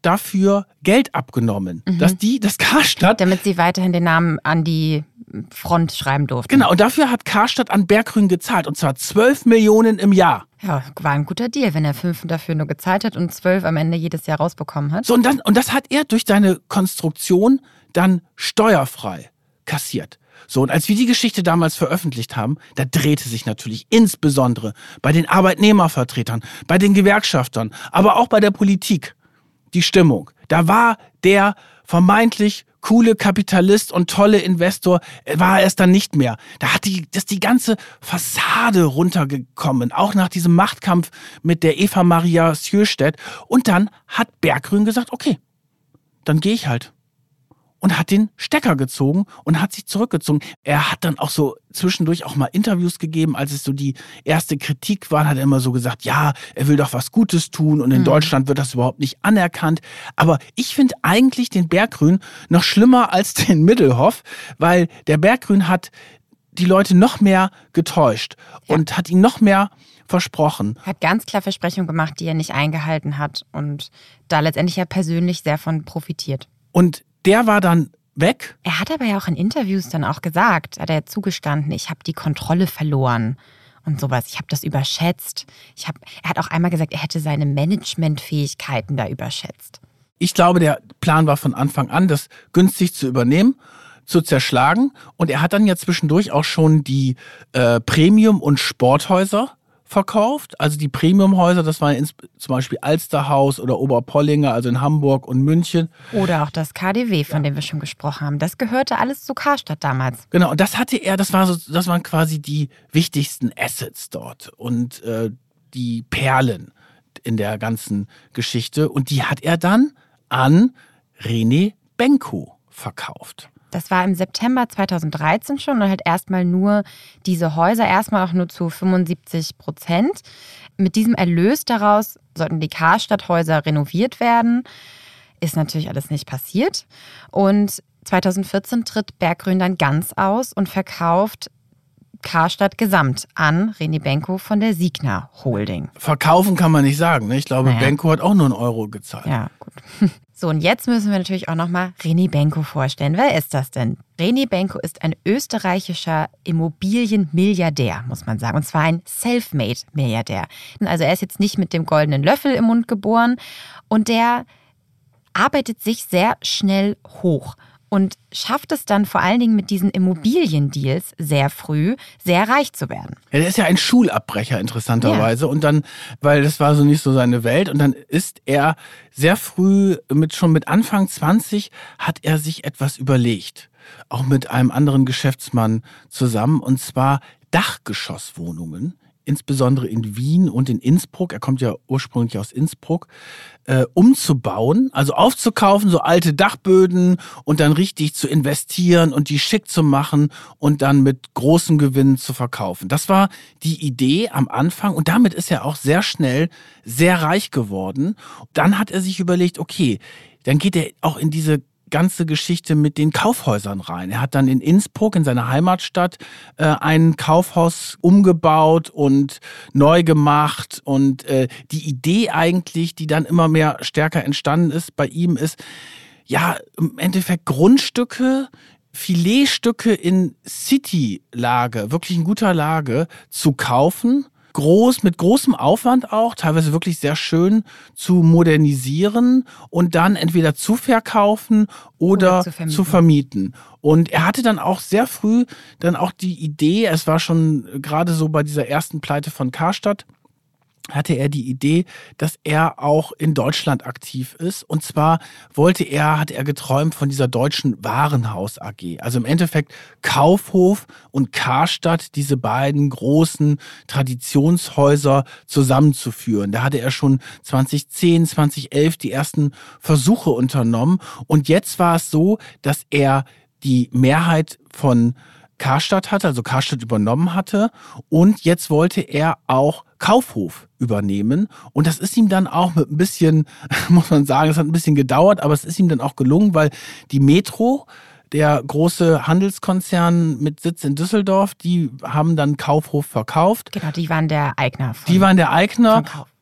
dafür Geld abgenommen, Mhm. dass die, das Karstadt... Damit sie weiterhin den Namen an die Front schreiben durften. Genau, und dafür hat Karstadt an Berggruen gezahlt, und zwar zwölf Millionen im Jahr. Ja, war ein guter Deal, wenn er fünf dafür nur gezahlt hat und zwölf am Ende jedes Jahr rausbekommen hat. So, und, dann, und das hat er durch seine Konstruktion dann steuerfrei kassiert. So, und als wir die Geschichte damals veröffentlicht haben, da drehte sich natürlich insbesondere bei den Arbeitnehmervertretern, bei den Gewerkschaftern, aber auch bei der Politik die Stimmung. Da war der vermeintlich coole Kapitalist und tolle Investor, war er es dann nicht mehr. Da hat die, das die ganze Fassade runtergekommen, auch nach diesem Machtkampf mit der Eva Maria Sjöstedt. Und dann hat Berggruen gesagt, okay, dann gehe ich halt. Und hat den Stecker gezogen und hat sich zurückgezogen. Er hat dann auch so zwischendurch auch mal Interviews gegeben, als es so die erste Kritik war, hat er immer so gesagt, ja, er will doch was Gutes tun und in mhm. Deutschland wird das überhaupt nicht anerkannt. Aber ich finde eigentlich den Berggruen noch schlimmer als den Middelhoff, weil der Berggruen hat die Leute noch mehr getäuscht ja. und hat ihnen noch mehr versprochen. Hat ganz klar Versprechungen gemacht, die er nicht eingehalten hat und da letztendlich ja persönlich sehr von profitiert. Und der war dann weg. Er hat aber ja auch in Interviews dann auch gesagt, hat er zugestanden, ich habe die Kontrolle verloren und sowas. Ich habe das überschätzt. Ich hab, er hat auch einmal gesagt, er hätte seine Managementfähigkeiten da überschätzt. Ich glaube, der Plan war von Anfang an, das günstig zu übernehmen, zu zerschlagen. Und er hat dann ja zwischendurch auch schon die äh, Premium- und Sporthäuser verkauft. Also die Premiumhäuser, das waren ins, zum Beispiel Alsterhaus oder Oberpollinger, also in Hamburg und München. Oder auch das K D W, von dem wir schon gesprochen haben. Das gehörte alles zu Karstadt damals. Genau, und das hatte er, das war so, das waren quasi die wichtigsten Assets dort und äh, die Perlen in der ganzen Geschichte. Und die hat er dann an René Benko verkauft. Das war im September zweitausenddreizehn schon und halt erstmal nur diese Häuser, erstmal auch nur zu fünfundsiebzig Prozent. Mit diesem Erlös daraus sollten die Karstadthäuser renoviert werden. Ist natürlich alles nicht passiert. Und zweitausendvierzehn tritt Berggruen dann ganz aus und verkauft Karstadt Gesamt an René Benko von der Signa Holding. Verkaufen kann man nicht sagen, ne? Ich glaube, naja. Benko hat auch nur einen Euro gezahlt. Ja, gut. So, und jetzt müssen wir natürlich auch nochmal René Benko vorstellen. Wer ist das denn? René Benko ist ein österreichischer Immobilienmilliardär, muss man sagen. Und zwar ein Selfmade-Milliardär. Also er ist jetzt nicht mit dem goldenen Löffel im Mund geboren. Und der arbeitet sich sehr schnell hoch. Und schafft es dann vor allen Dingen mit diesen Immobiliendeals sehr früh, sehr reich zu werden. Ja, der ist ja ein Schulabbrecher, interessanterweise. Ja. Und dann, weil das war so nicht so seine Welt. Und dann ist er sehr früh, mit schon mit Anfang zwanzig, hat er sich etwas überlegt. Auch mit einem anderen Geschäftsmann zusammen. Und zwar Dachgeschosswohnungen, insbesondere in Wien und in Innsbruck, er kommt ja ursprünglich aus Innsbruck, äh, umzubauen, also aufzukaufen, so alte Dachböden und dann richtig zu investieren und die schick zu machen und dann mit großem Gewinn zu verkaufen. Das war die Idee am Anfang und damit ist er auch sehr schnell sehr reich geworden. Dann hat er sich überlegt, okay, dann geht er auch in diese ganze Geschichte mit den Kaufhäusern rein. Er hat dann in Innsbruck, in seiner Heimatstadt, äh, ein Kaufhaus umgebaut und neu gemacht. Und äh, die Idee eigentlich, die dann immer mehr stärker entstanden ist bei ihm, ist, ja, im Endeffekt Grundstücke, Filetstücke in City-Lage, wirklich in guter Lage zu kaufen, groß, mit großem Aufwand auch, teilweise wirklich sehr schön zu modernisieren und dann entweder zu verkaufen oder, oder zu, vermieten. zu vermieten. Und er hatte dann auch sehr früh dann auch die Idee, es war schon gerade so bei dieser ersten Pleite von Karstadt, hatte er die Idee, dass er auch in Deutschland aktiv ist. Und zwar wollte er, hat er geträumt von dieser deutschen Warenhaus A G. Also im Endeffekt Kaufhof und Karstadt, diese beiden großen Traditionshäuser zusammenzuführen. Da hatte er schon zweitausendzehn, zweitausendelf die ersten Versuche unternommen. Und jetzt war es so, dass er die Mehrheit von Karstadt hatte, also Karstadt übernommen hatte und jetzt wollte er auch Kaufhof übernehmen und das ist ihm dann auch mit ein bisschen, muss man sagen, es hat ein bisschen gedauert, aber es ist ihm dann auch gelungen, weil die Metro, der große Handelskonzern mit Sitz in Düsseldorf, die haben dann Kaufhof verkauft. Genau, die waren der Eigner. Von, die waren der Eigner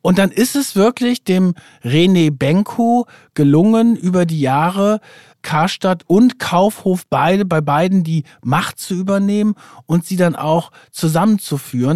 Und dann ist es wirklich dem René Benko gelungen, über die Jahre Karstadt und Kaufhof beide bei beiden die Macht zu übernehmen und sie dann auch zusammenzuführen.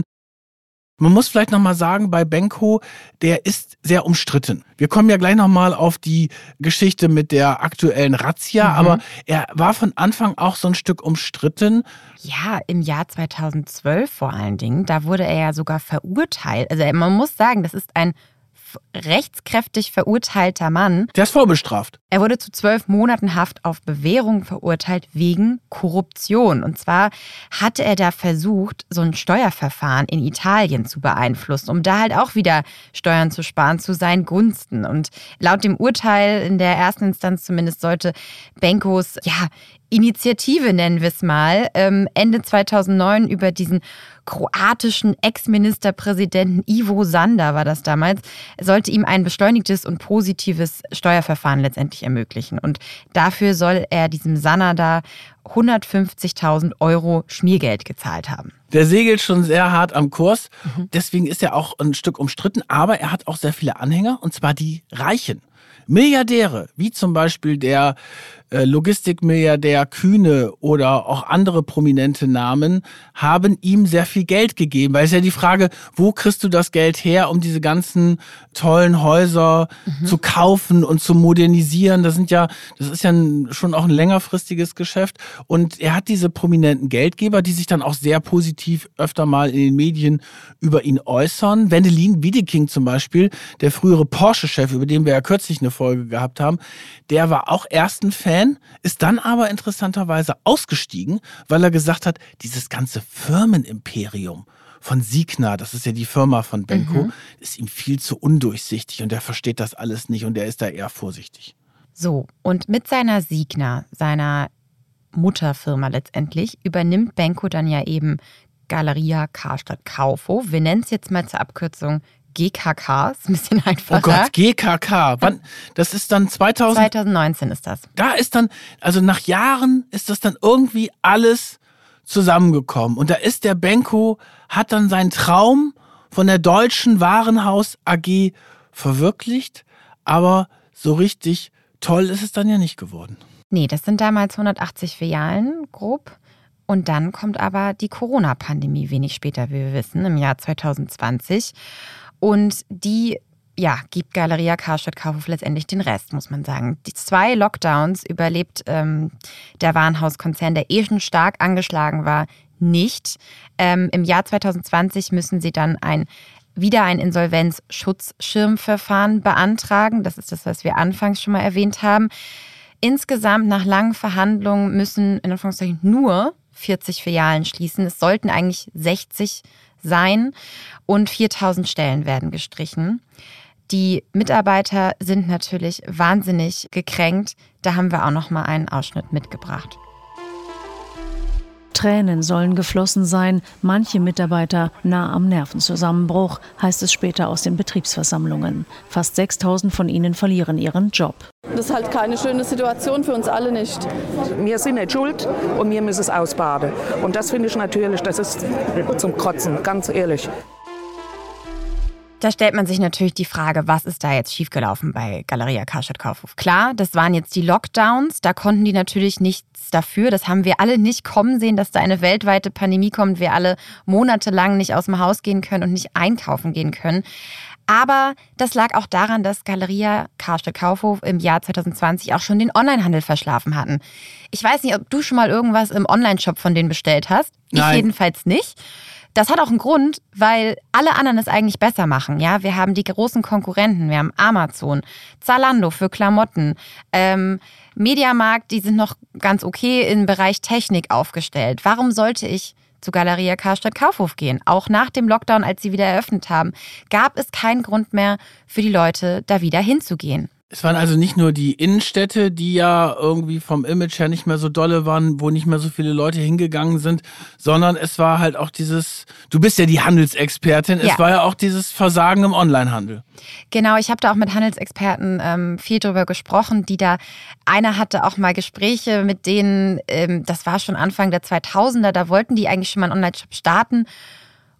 Man muss vielleicht nochmal sagen, bei Benko, der ist sehr umstritten. Wir kommen ja gleich nochmal auf die Geschichte mit der aktuellen Razzia, mhm. aber er war von Anfang auch so ein Stück umstritten. Ja, im Jahr zweitausendzwölf vor allen Dingen, da wurde er ja sogar verurteilt. Also man muss sagen, das ist ein rechtskräftig verurteilter Mann. Der ist vorbestraft. Er wurde zu zwölf Monaten Haft auf Bewährung verurteilt wegen Korruption. Und zwar hatte er da versucht, so ein Steuerverfahren in Italien zu beeinflussen, um da halt auch wieder Steuern zu sparen zu seinen Gunsten. Und laut dem Urteil in der ersten Instanz zumindest sollte Benkos, ja, Initiative, nennen wir es mal, Ende zweitausendneun über diesen kroatischen Ex-Ministerpräsidenten Ivo Sanda war das damals, sollte ihm ein beschleunigtes und positives Steuerverfahren letztendlich ermöglichen. Und dafür soll er diesem Sanda da hundertfünfzigtausend Euro Schmiergeld gezahlt haben. Der segelt schon sehr hart am Kurs. Mhm. Deswegen ist er auch ein Stück umstritten. Aber er hat auch sehr viele Anhänger, und zwar die Reichen. Milliardäre, wie zum Beispiel der äh, Logistikmilliardär Kühne oder auch andere prominente Namen, haben ihm sehr viel Geld gegeben. Weil es ja die Frage, wo kriegst du das Geld her, um diese ganzen tollen Häuser mhm. zu kaufen und zu modernisieren? Das sind ja, das ist ja ein, schon auch ein längerfristiges Geschäft. Und er hat diese prominenten Geldgeber, die sich dann auch sehr positiv öfter mal in den Medien über ihn äußern. Wendelin Wiedeking zum Beispiel, der frühere Porsche-Chef, über den wir ja kürzlich eine Folge gehabt haben, der war auch erst ein Fan, ist dann aber interessanterweise ausgestiegen, weil er gesagt hat, dieses ganze Firmenimperium von Signa, das ist ja die Firma von Benko, mhm. ist ihm viel zu undurchsichtig und er versteht das alles nicht und er ist da eher vorsichtig. So, und mit seiner Signa, seiner Mutterfirma letztendlich, übernimmt Benko dann ja eben Galeria Karstadt Kaufhof. Wir nennen es jetzt mal zur Abkürzung G K K, ist ein bisschen einfacher. Oh Gott, G K K. Wann? Das ist dann zweitausend zweitausendneunzehn ist das. Da ist dann, also nach Jahren ist das dann irgendwie alles zusammengekommen. Und da ist der Benko, hat dann seinen Traum von der Deutschen Warenhaus A G verwirklicht. Aber so richtig toll ist es dann ja nicht geworden. Nee, das sind damals hundertachtzig Filialen, grob. Und dann kommt aber die Corona-Pandemie wenig später, wie wir wissen, im Jahr zweitausendzwanzig. Und die, ja, gibt Galeria Karstadt Kaufhof letztendlich den Rest, muss man sagen. Die zwei Lockdowns überlebt ähm, der Warenhauskonzern, der eh schon stark angeschlagen war, nicht. Ähm, Im Jahr zweitausendzwanzig müssen sie dann ein wieder ein Insolvenzschutzschirmverfahren beantragen. Das ist das, was wir anfangs schon mal erwähnt haben. Insgesamt nach langen Verhandlungen müssen in Anführungszeichen nur vierzig Filialen schließen. Es sollten eigentlich sechzig sein und viertausend Stellen werden gestrichen. Die Mitarbeiter sind natürlich wahnsinnig gekränkt. Da haben wir auch noch mal einen Ausschnitt mitgebracht. Tränen sollen geflossen sein, manche Mitarbeiter nah am Nervenzusammenbruch, heißt es später aus den Betriebsversammlungen. Fast sechstausend von ihnen verlieren ihren Job. Das ist halt keine schöne Situation für uns alle nicht. Wir sind nicht schuld und wir müssen es ausbaden. Und das finde ich natürlich, das ist zum Kotzen, ganz ehrlich. Da stellt man sich natürlich die Frage, was ist da jetzt schiefgelaufen bei Galeria Karstadt Kaufhof? Klar, das waren jetzt die Lockdowns, da konnten die natürlich nichts dafür. Das haben wir alle nicht kommen sehen, dass da eine weltweite Pandemie kommt, wir alle monatelang nicht aus dem Haus gehen können und nicht einkaufen gehen können. Aber das lag auch daran, dass Galeria Karstadt Kaufhof im Jahr zweitausendzwanzig auch schon den Onlinehandel verschlafen hatten. Ich weiß nicht, ob du schon mal irgendwas im Onlineshop von denen bestellt hast. Nein. Ich jedenfalls nicht. Das hat auch einen Grund, weil alle anderen es eigentlich besser machen. Ja, wir haben die großen Konkurrenten, wir haben Amazon, Zalando für Klamotten, ähm, Mediamarkt, die sind noch ganz okay im Bereich Technik aufgestellt. Warum sollte ich zu Galeria Karstadt Kaufhof gehen? Auch nach dem Lockdown, als sie wieder eröffnet haben, gab es keinen Grund mehr für die Leute, da wieder hinzugehen. Es waren also nicht nur die Innenstädte, die ja irgendwie vom Image her nicht mehr so dolle waren, wo nicht mehr so viele Leute hingegangen sind, sondern es war halt auch dieses, du bist ja die Handelsexpertin, ja. Es war ja auch dieses Versagen im Onlinehandel. Genau, ich habe da auch mit Handelsexperten ähm, viel drüber gesprochen, die da, einer hatte auch mal Gespräche mit denen, ähm, das war schon Anfang der zweitausender, da wollten die eigentlich schon mal einen Online-Shop starten.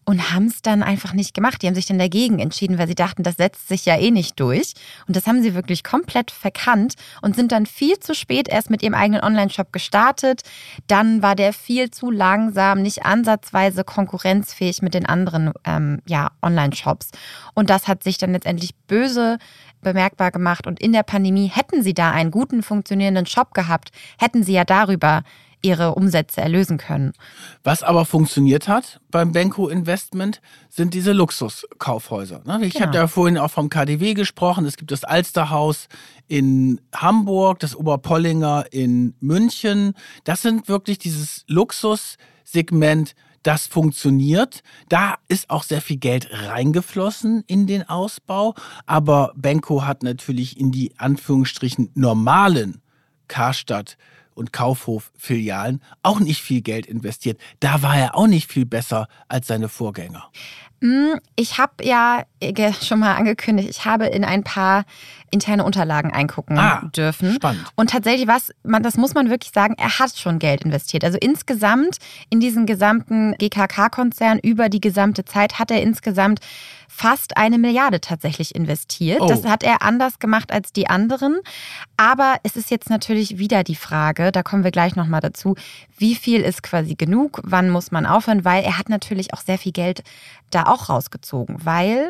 und haben es dann einfach nicht gemacht. Die haben sich dann dagegen entschieden, weil sie dachten, das setzt sich ja eh nicht durch. Und das haben sie wirklich komplett verkannt und sind dann viel zu spät erst mit ihrem eigenen Online-Shop gestartet. Dann war der viel zu langsam, nicht ansatzweise konkurrenzfähig mit den anderen ähm, ja, Online-Shops. Und das hat sich dann letztendlich böse bemerkbar gemacht. Und in der Pandemie hätten sie da einen guten, funktionierenden Shop gehabt, hätten sie ja darüber ihre Umsätze erlösen können. Was aber funktioniert hat beim Benko Investment, sind diese Luxuskaufhäuser. Ich Genau. hatte ja vorhin auch vom K D W gesprochen. Es gibt das Alsterhaus in Hamburg, das Oberpollinger in München. Das sind wirklich dieses Luxussegment, das funktioniert. Da ist auch sehr viel Geld reingeflossen in den Ausbau. Aber Benko hat natürlich in die Anführungsstrichen normalen Karstadt- und Kaufhof-Filialen auch nicht viel Geld investiert. Da war er auch nicht viel besser als seine Vorgänger. Ich habe ja schon mal angekündigt, ich habe in ein paar interne Unterlagen eingucken ah, dürfen. Spannend. Und tatsächlich, was man, das muss man wirklich sagen, er hat schon Geld investiert. Also insgesamt in diesen gesamten G K K-Konzern über die gesamte Zeit hat er insgesamt fast eine Milliarde tatsächlich investiert. Oh. Das hat er anders gemacht als die anderen. Aber es ist jetzt natürlich wieder die Frage, da kommen wir gleich nochmal dazu, wie viel ist quasi genug, wann muss man aufhören, weil er hat natürlich auch sehr viel Geld da auch rausgezogen, weil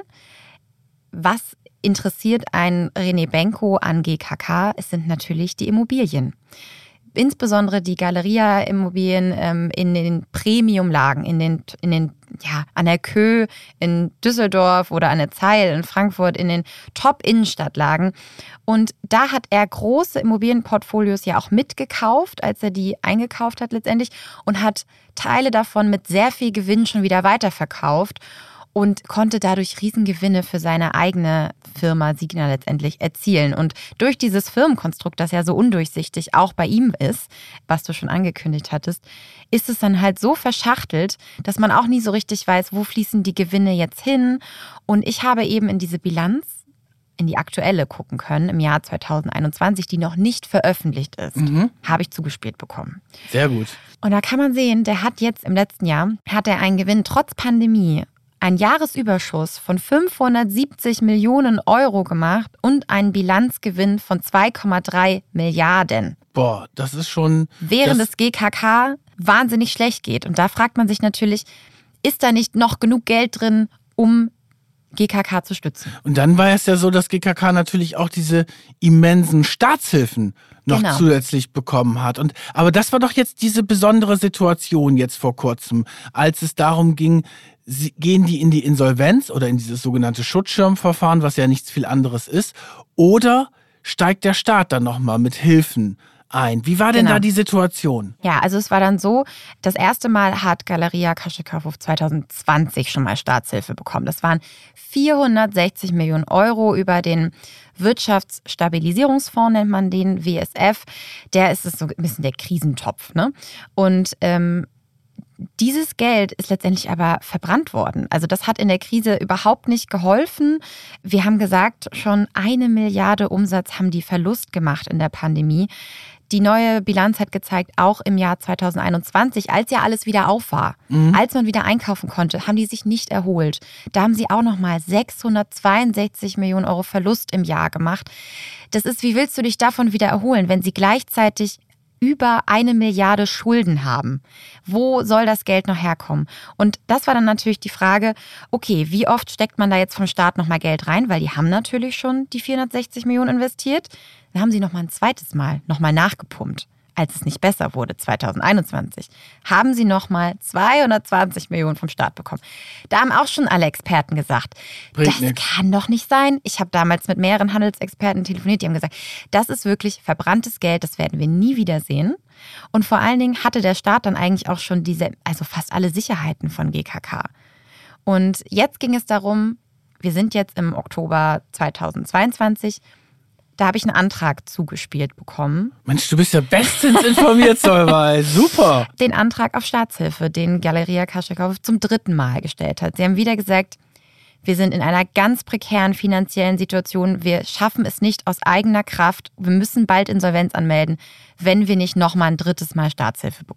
was interessiert ein René Benko an G K K? Es sind natürlich die Immobilien. Insbesondere die Galeria-Immobilien ähm, in den Premium-Lagen, in den, in den, ja, an der Kö in Düsseldorf oder an der Zeil in Frankfurt, in den Top-Innenstadtlagen. Und da hat er große Immobilienportfolios ja auch mitgekauft, als er die eingekauft hat letztendlich und hat Teile davon mit sehr viel Gewinn schon wieder weiterverkauft und konnte dadurch Riesengewinne für seine eigene Firma Signa letztendlich erzielen. Und durch dieses Firmenkonstrukt, das ja so undurchsichtig auch bei ihm ist, was du schon angekündigt hattest, ist es dann halt so verschachtelt, dass man auch nie so richtig weiß, wo fließen die Gewinne jetzt hin. Und ich habe eben in diese Bilanz, in die aktuelle gucken können, im Jahr zwanzig einundzwanzig, die noch nicht veröffentlicht ist, mhm. habe ich zugespielt bekommen. Sehr gut. Und da kann man sehen, der hat jetzt im letzten Jahr, hat er einen Gewinn trotz Pandemie, einen Jahresüberschuss von fünfhundertsiebzig Millionen Euro gemacht und einen Bilanzgewinn von zwei Komma drei Milliarden. Boah, das ist schon... Während es G K K wahnsinnig schlecht geht. Und da fragt man sich natürlich, ist da nicht noch genug Geld drin, um G K K zu stützen? Und dann war es ja so, dass G K K natürlich auch diese immensen Staatshilfen noch genau. zusätzlich bekommen hat. Und, aber das war doch jetzt diese besondere Situation jetzt vor kurzem, als es darum ging, sie, gehen die in die Insolvenz oder in dieses sogenannte Schutzschirmverfahren, was ja nichts viel anderes ist, oder steigt der Staat dann nochmal mit Hilfen ein? Wie war denn genau. da die Situation? Ja, also es war dann so, das erste Mal hat Galeria Karstadt Kaufhof zwanzig zwanzig schon mal Staatshilfe bekommen. Das waren vierhundertsechzig Millionen Euro über den Wirtschaftsstabilisierungsfonds, nennt man den, W S F. Der ist es so ein bisschen der Krisentopf, ne? Und ähm, dieses Geld ist letztendlich aber verbrannt worden. Also das hat in der Krise überhaupt nicht geholfen. Wir haben gesagt, schon eine Milliarde Umsatz haben die Verlust gemacht in der Pandemie. Die neue Bilanz hat gezeigt, auch im Jahr zwanzig einundzwanzig, als ja alles wieder auf war, mhm. als man wieder einkaufen konnte, haben die sich nicht erholt. Da haben sie auch nochmal sechshundertzweiundsechzig Millionen Euro Verlust im Jahr gemacht. Das ist, wie willst du dich davon wieder erholen, wenn sie gleichzeitig über eine Milliarde Schulden haben? Wo soll das Geld noch herkommen? Und das war dann natürlich die Frage, okay, wie oft steckt man da jetzt vom Staat nochmal Geld rein? Weil die haben natürlich schon die vierhundertsechzig Millionen investiert. Dann haben sie nochmal ein zweites Mal nochmal nachgepumpt, als es nicht besser wurde, zwanzig einundzwanzig. Haben sie nochmal zweihundertzwanzig Millionen vom Staat bekommen. Da haben auch schon alle Experten gesagt, Bringt das nix. kann doch nicht sein. Ich habe damals mit mehreren Handelsexperten telefoniert, die haben gesagt, das ist wirklich verbranntes Geld, das werden wir nie wiedersehen. Und vor allen Dingen hatte der Staat dann eigentlich auch schon diese, also fast alle Sicherheiten von G K K. Und jetzt ging es darum, wir sind jetzt im Oktober zweitausendzweiundzwanzig, da habe ich einen Antrag zugespielt bekommen. Mensch, du bist ja bestens informiert, Solveig. Super. Den Antrag auf Staatshilfe, den Galeria Karstadt Kaufhof zum dritten Mal gestellt hat. Sie haben wieder gesagt, wir sind in einer ganz prekären finanziellen Situation. Wir schaffen es nicht aus eigener Kraft. Wir müssen bald Insolvenz anmelden, wenn wir nicht nochmal ein drittes Mal Staatshilfe bekommen.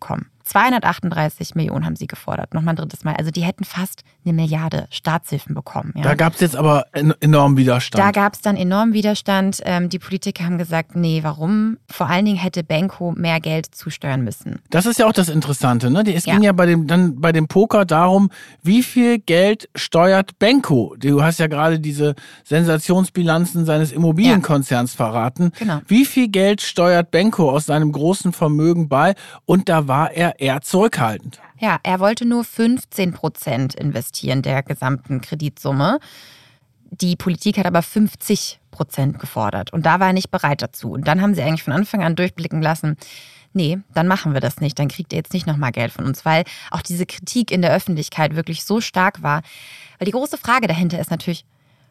zweihundertachtunddreißig Millionen haben sie gefordert, nochmal ein drittes Mal. Also die hätten fast eine Milliarde Staatshilfen bekommen. Ja. Da gab es jetzt aber enormen Widerstand. Da gab es dann enormen Widerstand. Ähm, die Politiker haben gesagt, nee, warum? Vor allen Dingen hätte Benko mehr Geld zusteuern müssen. Das ist ja auch das Interessante, ne? Es Ja. ging ja bei dem, dann bei dem Poker darum, wie viel Geld steuert Benko? Du hast ja gerade diese Sensationsbilanzen seines Immobilienkonzerns verraten. Genau. Wie viel Geld steuert Benko aus seinem großen Vermögen bei? Und da war er eher zurückhaltend. Ja, er wollte nur fünfzehn Prozent investieren der gesamten Kreditsumme. Die Politik hat aber fünfzig Prozent gefordert und da war er nicht bereit dazu. Und dann haben sie eigentlich von Anfang an durchblicken lassen, nee, dann machen wir das nicht, dann kriegt ihr jetzt nicht nochmal Geld von uns, weil auch diese Kritik in der Öffentlichkeit wirklich so stark war. Weil die große Frage dahinter ist natürlich,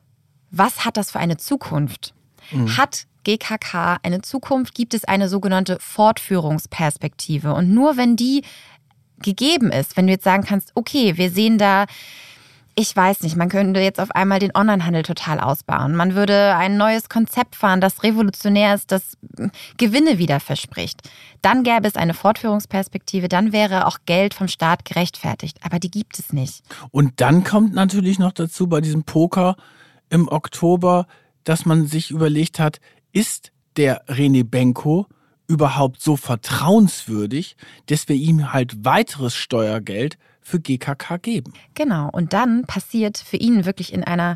was hat das für eine Zukunft? Mhm. Hat G K K eine Zukunft? Gibt es eine sogenannte Fortführungsperspektive? Und nur wenn die gegeben ist, wenn du jetzt sagen kannst, okay, wir sehen da, ich weiß nicht, man könnte jetzt auf einmal den Onlinehandel total ausbauen. Man würde ein neues Konzept fahren, das revolutionär ist, das Gewinne wieder verspricht. Dann gäbe es eine Fortführungsperspektive, dann wäre auch Geld vom Staat gerechtfertigt. Aber die gibt es nicht. Und dann kommt natürlich noch dazu bei diesem Poker im Oktober, dass man sich überlegt hat, ist der René Benko überhaupt so vertrauenswürdig, dass wir ihm halt weiteres Steuergeld für G K K geben. Genau, und dann passiert für ihn wirklich in einer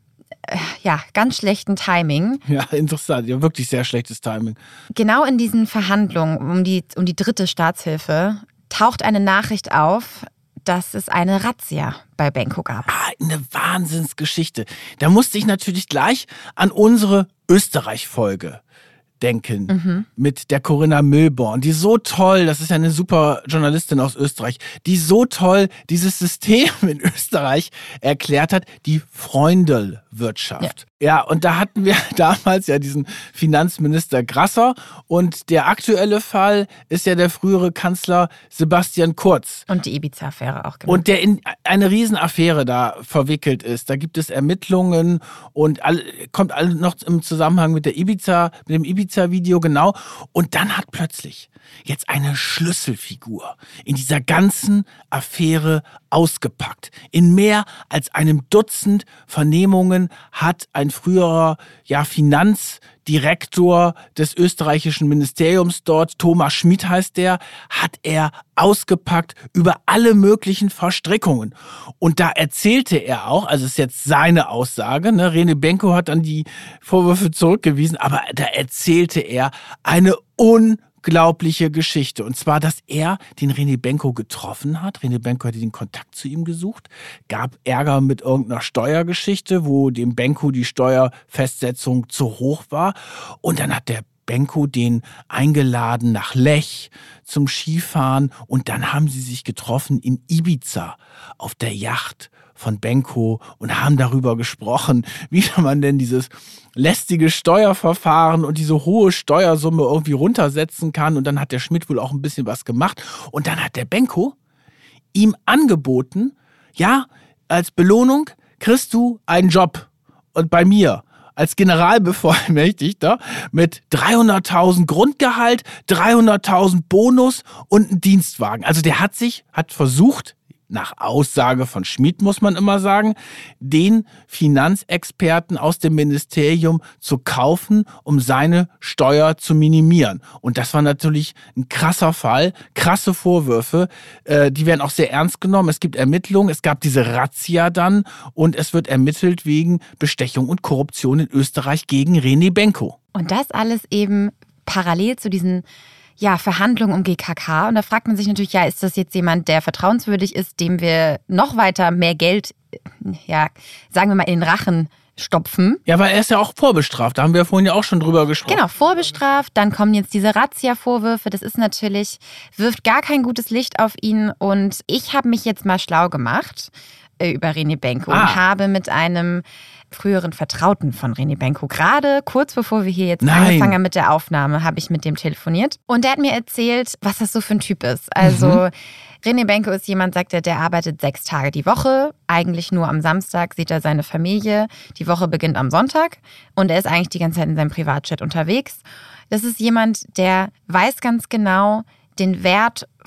äh, ja, ganz schlechten Timing. Ja, interessant, ja, wirklich sehr schlechtes Timing. Genau in diesen Verhandlungen um die, um die dritte Staatshilfe taucht eine Nachricht auf, dass es eine Razzia bei Benko gab. Ah, eine Wahnsinnsgeschichte. Da musste ich natürlich gleich an unsere Österreich-Folge denken, mhm. mit der Corinna Milborn, die so toll, das ist ja eine super Journalistin aus Österreich, die so toll dieses System in Österreich erklärt hat, die Freundelwirtschaft. Ja. Ja, und da hatten wir damals ja diesen Finanzminister Grasser und der aktuelle Fall ist ja der frühere Kanzler Sebastian Kurz. Und die Ibiza-Affäre auch. Genau. Und der in eine Riesenaffäre da verwickelt ist. Da gibt es Ermittlungen und all, kommt alles noch im Zusammenhang mit der Ibiza, mit dem Ibiza-Video, genau. Und dann hat plötzlich jetzt eine Schlüsselfigur in dieser ganzen Affäre ausgepackt. In mehr als einem Dutzend Vernehmungen hat ein früherer ja, Finanzdirektor des österreichischen Ministeriums dort, Thomas Schmidt heißt der, hat er ausgepackt über alle möglichen Verstrickungen. Und da erzählte er auch, also ist jetzt seine Aussage, ne, René Benko hat dann die Vorwürfe zurückgewiesen, aber da erzählte er eine un Unglaubliche Geschichte. Und zwar, dass er den René Benko getroffen hat. René Benko hatte den Kontakt zu ihm gesucht, gab Ärger mit irgendeiner Steuergeschichte, wo dem Benko die Steuerfestsetzung zu hoch war. Und dann hat der Benko den eingeladen nach Lech zum Skifahren. Und dann haben sie sich getroffen in Ibiza auf der Yacht von Benko und haben darüber gesprochen, wie man denn dieses lästige Steuerverfahren und diese hohe Steuersumme irgendwie runtersetzen kann. Und dann hat der Schmidt wohl auch ein bisschen was gemacht. Und dann hat der Benko ihm angeboten, ja, als Belohnung kriegst du einen Job. Und bei mir als Generalbevollmächtigter mit dreihunderttausend Grundgehalt, dreihunderttausend Bonus und einen Dienstwagen. Also der hat sich, hat versucht, nach Aussage von Schmidt muss man immer sagen, den Finanzexperten aus dem Ministerium zu kaufen, um seine Steuer zu minimieren. Und das war natürlich ein krasser Fall, krasse Vorwürfe, äh, die werden auch sehr ernst genommen. Es gibt Ermittlungen, es gab diese Razzia dann und es wird ermittelt wegen Bestechung und Korruption in Österreich gegen René Benko. Und das alles eben parallel zu diesen ja, Verhandlungen um G K K. Und da fragt man sich natürlich, ja, ist das jetzt jemand, der vertrauenswürdig ist, dem wir noch weiter mehr Geld, ja, sagen wir mal, in den Rachen stopfen? Ja, weil er ist ja auch vorbestraft. Da haben wir vorhin ja auch schon drüber gesprochen. Genau, vorbestraft. Dann kommen jetzt diese Razzia-Vorwürfe. Das ist natürlich, wirft gar kein gutes Licht auf ihn. Und ich habe mich jetzt mal schlau gemacht äh, über René Benko ah. und habe mit einem früheren Vertrauten von René Benko. Gerade kurz bevor wir hier jetzt Nein. angefangen haben mit der Aufnahme, habe ich mit dem telefoniert. Und der hat mir erzählt, was das so für ein Typ ist. Also mhm. René Benko ist jemand, sagt er, der arbeitet sechs Tage die Woche. Eigentlich nur am Samstag sieht er seine Familie. Die Woche beginnt am Sonntag. Und er ist eigentlich die ganze Zeit in seinem Privatjet unterwegs. Das ist jemand, der weiß ganz genau den Wert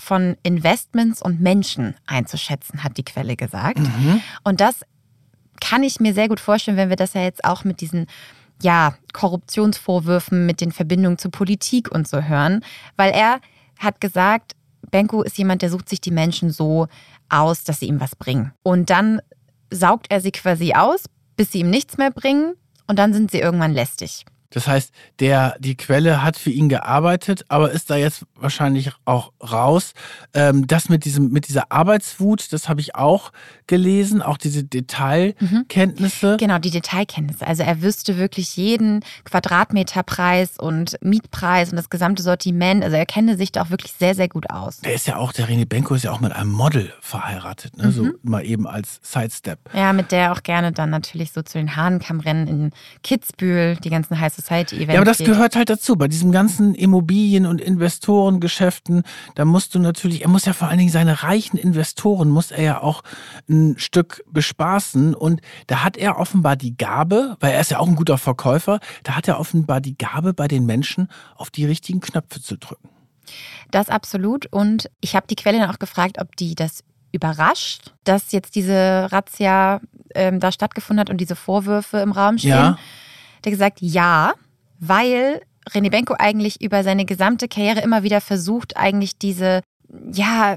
von Investments und Menschen einzuschätzen, hat die Quelle gesagt. Mhm. Und das kann ich mir sehr gut vorstellen, wenn wir das ja jetzt auch mit diesen ja, Korruptionsvorwürfen, mit den Verbindungen zur Politik und so hören. Weil er hat gesagt, Benko ist jemand, der sucht sich die Menschen so aus, dass sie ihm was bringen. Und dann saugt er sie quasi aus, bis sie ihm nichts mehr bringen und dann sind sie irgendwann lästig. Das heißt, der, die Quelle hat für ihn gearbeitet, aber ist da jetzt wahrscheinlich auch raus. Ähm, das mit diesem, mit dieser Arbeitswut, das habe ich auch gelesen, auch diese Detailkenntnisse. Mhm. Genau, die Detailkenntnisse. Also er wüsste wirklich jeden Quadratmeterpreis und Mietpreis und das gesamte Sortiment. Also er kenne sich da auch wirklich sehr, sehr gut aus. Der ist ja auch, der René Benko ist ja auch mit einem Model verheiratet, ne? Mhm. So mal eben als Sidestep. Ja, mit der auch gerne dann natürlich so zu den Hahnkammrennen in Kitzbühel, die ganzen High Society-Events. Ja, aber das geht. gehört halt dazu. Bei diesem ganzen Immobilien- und Investorengeschäften, da musst du natürlich, er muss ja vor allen Dingen seine reichen Investoren, muss er ja auch ein Stück bespaßen. Und da hat er offenbar die Gabe, weil er ist ja auch ein guter Verkäufer, da hat er offenbar die Gabe, bei den Menschen auf die richtigen Knöpfe zu drücken. Das absolut. Und ich habe die Quelle dann auch gefragt, ob die das überrascht, dass jetzt diese Razzia ähm, da stattgefunden hat und diese Vorwürfe im Raum stehen. Ja. Der hat gesagt, ja, weil René Benko eigentlich über seine gesamte Karriere immer wieder versucht, eigentlich diese, ja,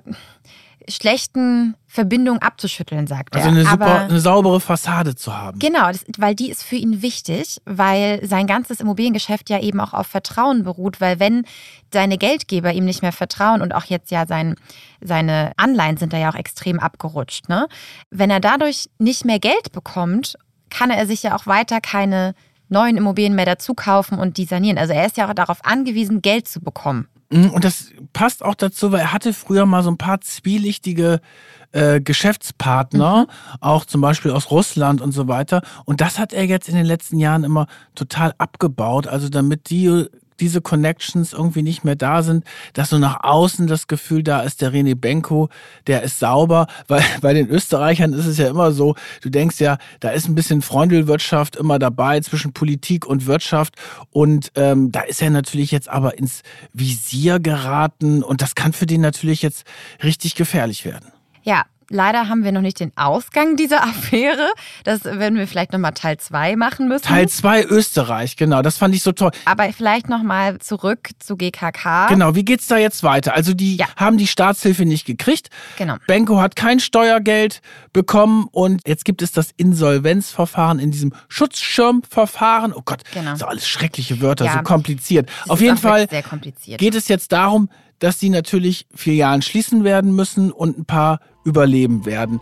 schlechten Verbindungen abzuschütteln, sagt also er. Also eine, Aber eine saubere Fassade zu haben. Genau, das, weil die ist für ihn wichtig, weil sein ganzes Immobiliengeschäft ja eben auch auf Vertrauen beruht, weil wenn seine Geldgeber ihm nicht mehr vertrauen und auch jetzt ja sein, seine Anleihen sind da ja auch extrem abgerutscht, ne? Wenn er dadurch nicht mehr Geld bekommt, kann er sich ja auch weiter keine neuen Immobilien mehr dazu kaufen und die sanieren. Also er ist ja auch darauf angewiesen, Geld zu bekommen. Und das passt auch dazu, weil er hatte früher mal so ein paar zwielichtige äh, Geschäftspartner, mhm. auch zum Beispiel aus Russland und so weiter. Und das hat er jetzt in den letzten Jahren immer total abgebaut. Also damit die diese Connections irgendwie nicht mehr da sind, dass so nach außen das Gefühl da ist, der René Benko, der ist sauber, weil bei den Österreichern ist es ja immer so, du denkst ja, da ist ein bisschen Freundelwirtschaft immer dabei zwischen Politik und Wirtschaft und ähm, da ist er natürlich jetzt aber ins Visier geraten und das kann für den natürlich jetzt richtig gefährlich werden. Ja, leider haben wir noch nicht den Ausgang dieser Affäre. Das werden wir vielleicht nochmal Teil zwei machen müssen. Teil zwei Österreich, genau. Das fand ich so toll. Aber vielleicht nochmal zurück zu G K K. Genau, wie geht's da jetzt weiter? Also die ja. haben die Staatshilfe nicht gekriegt. Genau. Benko hat kein Steuergeld bekommen und jetzt gibt es das Insolvenzverfahren in diesem Schutzschirmverfahren. Oh Gott, genau. So alles schreckliche Wörter, ja. so kompliziert. Das Auf ist jeden auch Fall sehr kompliziert. Geht es jetzt darum, dass sie natürlich Filialen schließen werden müssen und ein paar überleben werden.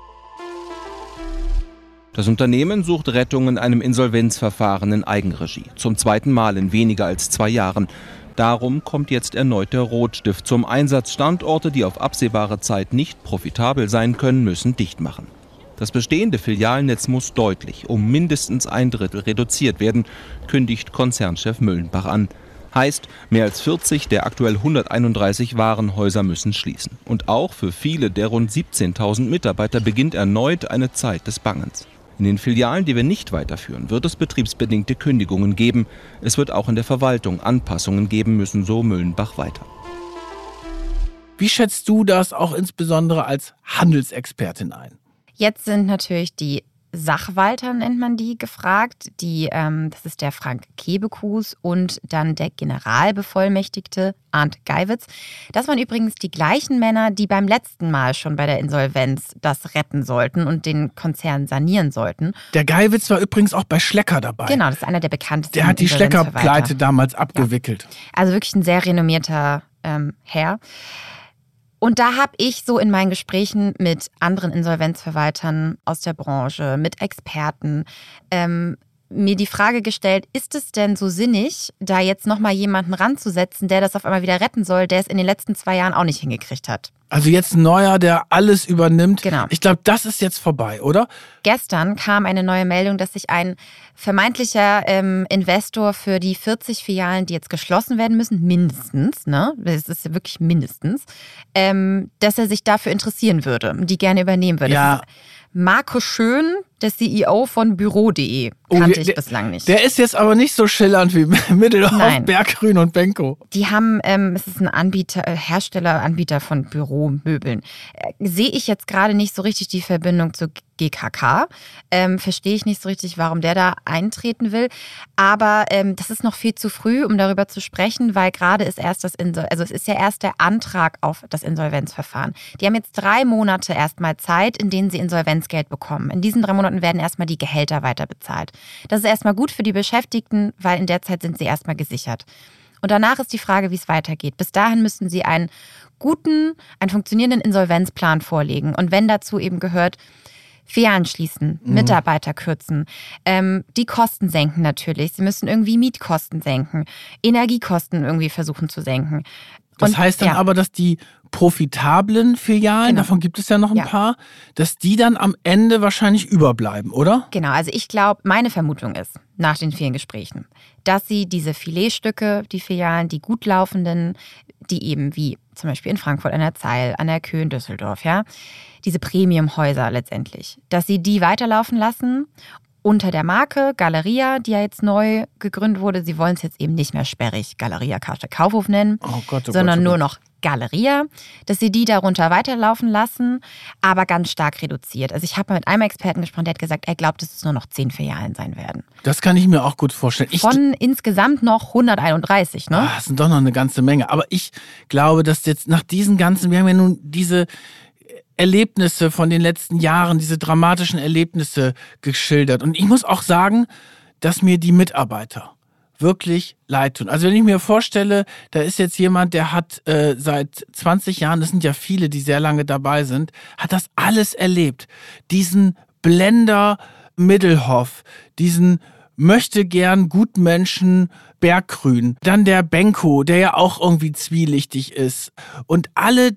Das Unternehmen sucht Rettung in einem Insolvenzverfahren in Eigenregie. Zum zweiten Mal in weniger als zwei Jahren. Darum kommt jetzt erneut der Rotstift zum Einsatz. Standorte, die auf absehbare Zeit nicht profitabel sein können, müssen dicht machen. Das bestehende Filialnetz muss deutlich um mindestens ein Drittel reduziert werden, kündigt Konzernchef Müllenbach an. Heißt, mehr als vierzig der aktuell hunderteinunddreißig Warenhäuser müssen schließen. Und auch für viele der rund siebzehntausend Mitarbeiter beginnt erneut eine Zeit des Bangens. In den Filialen, die wir nicht weiterführen, wird es betriebsbedingte Kündigungen geben. Es wird auch in der Verwaltung Anpassungen geben müssen, so Müllenbach weiter. Wie schätzt du das auch insbesondere als Handelsexpertin ein? Jetzt sind natürlich die Sachwalter, nennt man die, gefragt. Die, ähm, das ist der Frank Kebekus und dann der Generalbevollmächtigte Arndt Geiwitz. Das waren übrigens die gleichen Männer, die beim letzten Mal schon bei der Insolvenz das retten sollten und den Konzern sanieren sollten. Der Geiwitz war übrigens auch bei Schlecker dabei. Genau, das ist einer der bekanntesten. Der hat die Schlecker-Pleite damals abgewickelt. Ja. Also wirklich ein sehr renommierter ähm, Herr. Und da habe ich so in meinen Gesprächen mit anderen Insolvenzverwaltern aus der Branche, mit Experten, ähm, mir die Frage gestellt, ist es denn so sinnig, da jetzt nochmal jemanden ranzusetzen, der das auf einmal wieder retten soll, der es in den letzten zwei Jahren auch nicht hingekriegt hat? Also jetzt ein neuer, der alles übernimmt. Genau. Ich glaube, das ist jetzt vorbei, oder? Gestern kam eine neue Meldung, dass sich ein vermeintlicher ähm, Investor für die vierzig Filialen, die jetzt geschlossen werden müssen, mindestens, ne, das ist ja wirklich mindestens, ähm, dass er sich dafür interessieren würde, die gerne übernehmen würde. Ja. Marco Schön, der C E O von Büro punkt de, Oh, kannte der, ich bislang nicht. Der ist jetzt aber nicht so schillernd wie Middelhoff, Nein. Berggrün und Benko. Die haben, ähm, es ist ein Anbieter, äh, Hersteller, Anbieter von Büromöbeln. Äh, sehe ich jetzt gerade nicht so richtig die Verbindung zu G K K. Ähm, verstehe ich nicht so richtig, warum der da eintreten will. Aber ähm, das ist noch viel zu früh, um darüber zu sprechen, weil gerade ist erst das Insol- also es ist ja erst der Antrag auf das Insolvenzverfahren. Die haben jetzt drei Monate erstmal Zeit, in denen sie Insolvenzgeld bekommen. In diesen drei Monaten werden erstmal die Gehälter weiter bezahlt. Das ist erstmal gut für die Beschäftigten, weil in der Zeit sind sie erstmal gesichert. Und danach ist die Frage, wie es weitergeht. Bis dahin müssen sie einen guten, einen funktionierenden Insolvenzplan vorlegen. Und wenn dazu eben gehört, Filialen schließen, mhm. Mitarbeiter kürzen, ähm, die Kosten senken natürlich. Sie müssen irgendwie Mietkosten senken, Energiekosten irgendwie versuchen zu senken. Das Und, heißt dann ja. aber, dass die profitablen Filialen, genau. davon gibt es ja noch ein ja. paar, dass die dann am Ende wahrscheinlich überbleiben, oder? Genau, also ich glaube, meine Vermutung ist, nach den vielen Gesprächen, dass sie diese Filetstücke, die Filialen, die gut laufenden, die eben wie zum Beispiel in Frankfurt an der Zeil, an der Köh in Düsseldorf, ja, diese Premium-Häuser letztendlich, dass sie die weiterlaufen lassen unter der Marke Galeria, die ja jetzt neu gegründet wurde. Sie wollen es jetzt eben nicht mehr sperrig Galeria Karstadt Kaufhof nennen, oh Gott, oh sondern Gott, oh nur Gott. noch Galeria, dass sie die darunter weiterlaufen lassen, aber ganz stark reduziert. Also ich habe mal mit einem Experten gesprochen, der hat gesagt, er glaubt, dass es nur noch zehn Filialen sein werden. Das kann ich mir auch gut vorstellen. Ich Von insgesamt noch hunderteinunddreißig, ne? Ah, das sind doch noch eine ganze Menge. Aber ich glaube, dass jetzt nach diesen ganzen, wir haben ja nun diese Erlebnisse von den letzten Jahren, diese dramatischen Erlebnisse geschildert. Und ich muss auch sagen, dass mir die Mitarbeiter wirklich leid tun. Also wenn ich mir vorstelle, da ist jetzt jemand, der hat äh, seit zwanzig Jahren, das sind ja viele, die sehr lange dabei sind, hat das alles erlebt. Diesen Blender Middelhoff, diesen möchte gern Gutmenschen Berggrün, dann der Benko, der ja auch irgendwie zwielichtig ist. Und alle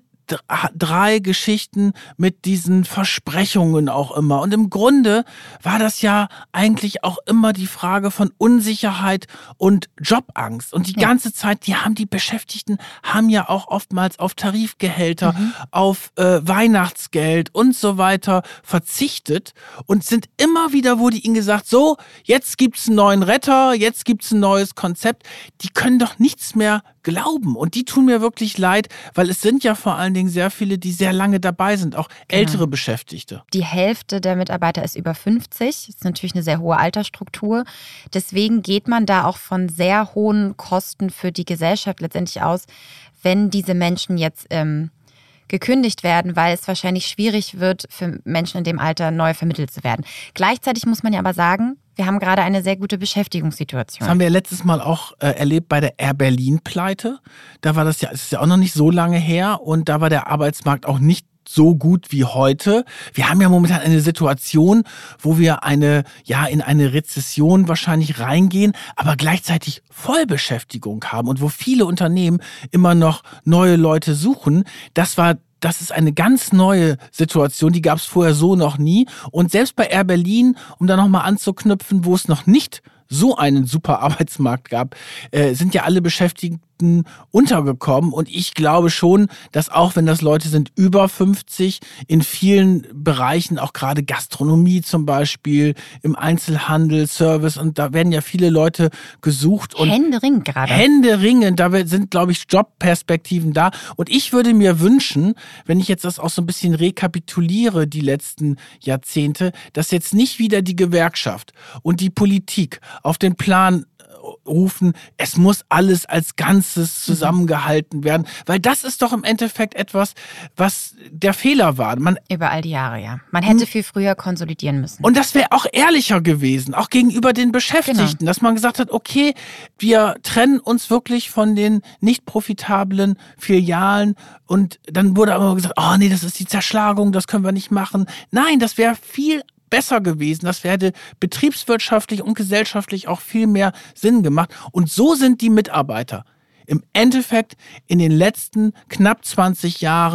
drei Geschichten mit diesen Versprechungen auch immer. Und im Grunde war das ja eigentlich auch immer die Frage von Unsicherheit und Jobangst. Und die ja. ganze Zeit, die haben die Beschäftigten, haben ja auch oftmals auf Tarifgehälter, mhm. auf äh, Weihnachtsgeld und so weiter verzichtet und sind immer wieder, wurde ihnen gesagt, so, jetzt gibt's einen neuen Retter, jetzt gibt's ein neues Konzept. Die können doch nichts mehr glauben. Und die tun mir wirklich leid, weil es sind ja vor allen Dingen sehr viele, die sehr lange dabei sind, auch genau. ältere Beschäftigte. Die Hälfte der Mitarbeiter ist über fünfzig. Das ist natürlich eine sehr hohe Altersstruktur. Deswegen geht man da auch von sehr hohen Kosten für die Gesellschaft letztendlich aus, wenn diese Menschen jetzt ähm, gekündigt werden, weil es wahrscheinlich schwierig wird, für Menschen in dem Alter neu vermittelt zu werden. Gleichzeitig muss man ja aber sagen, wir haben gerade eine sehr gute Beschäftigungssituation. Das haben wir ja letztes Mal auch äh, erlebt bei der Air Berlin-Pleite. Da war das ja, es ist ja auch noch nicht so lange her und da war der Arbeitsmarkt auch nicht so gut wie heute. Wir haben ja momentan eine Situation, wo wir eine, ja, in eine Rezession wahrscheinlich reingehen, aber gleichzeitig Vollbeschäftigung haben und wo viele Unternehmen immer noch neue Leute suchen. Das war Das ist eine ganz neue Situation, die gab es vorher so noch nie. Und selbst bei Air Berlin, um da nochmal anzuknüpfen, wo es noch nicht so einen super Arbeitsmarkt gab, äh, sind ja alle Beschäftigten untergekommen. Und ich glaube schon, dass auch wenn das Leute sind über fünfzig, in vielen Bereichen, auch gerade Gastronomie zum Beispiel, im Einzelhandel, Service, und da werden ja viele Leute gesucht. Und Händeringend gerade. Händeringend, da sind, glaube ich, Jobperspektiven da. Und ich würde mir wünschen, wenn ich jetzt das auch so ein bisschen rekapituliere, die letzten Jahrzehnte, dass jetzt nicht wieder die Gewerkschaft und die Politik auf den Plan rufen, es muss alles als Ganzes zusammengehalten werden, weil das ist doch im Endeffekt etwas, was der Fehler war. Man, Über all die Jahre, ja. Man hätte hm. viel früher konsolidieren müssen. Und das wäre auch ehrlicher gewesen, auch gegenüber den Beschäftigten, genau. dass man gesagt hat, okay, wir trennen uns wirklich von den nicht profitablen Filialen und dann wurde aber gesagt, oh nee, das ist die Zerschlagung, das können wir nicht machen. Nein, das wäre viel besser gewesen. Das hätte betriebswirtschaftlich und gesellschaftlich auch viel mehr Sinn gemacht. Und so sind die Mitarbeiter im Endeffekt in den letzten knapp zwanzig Jahren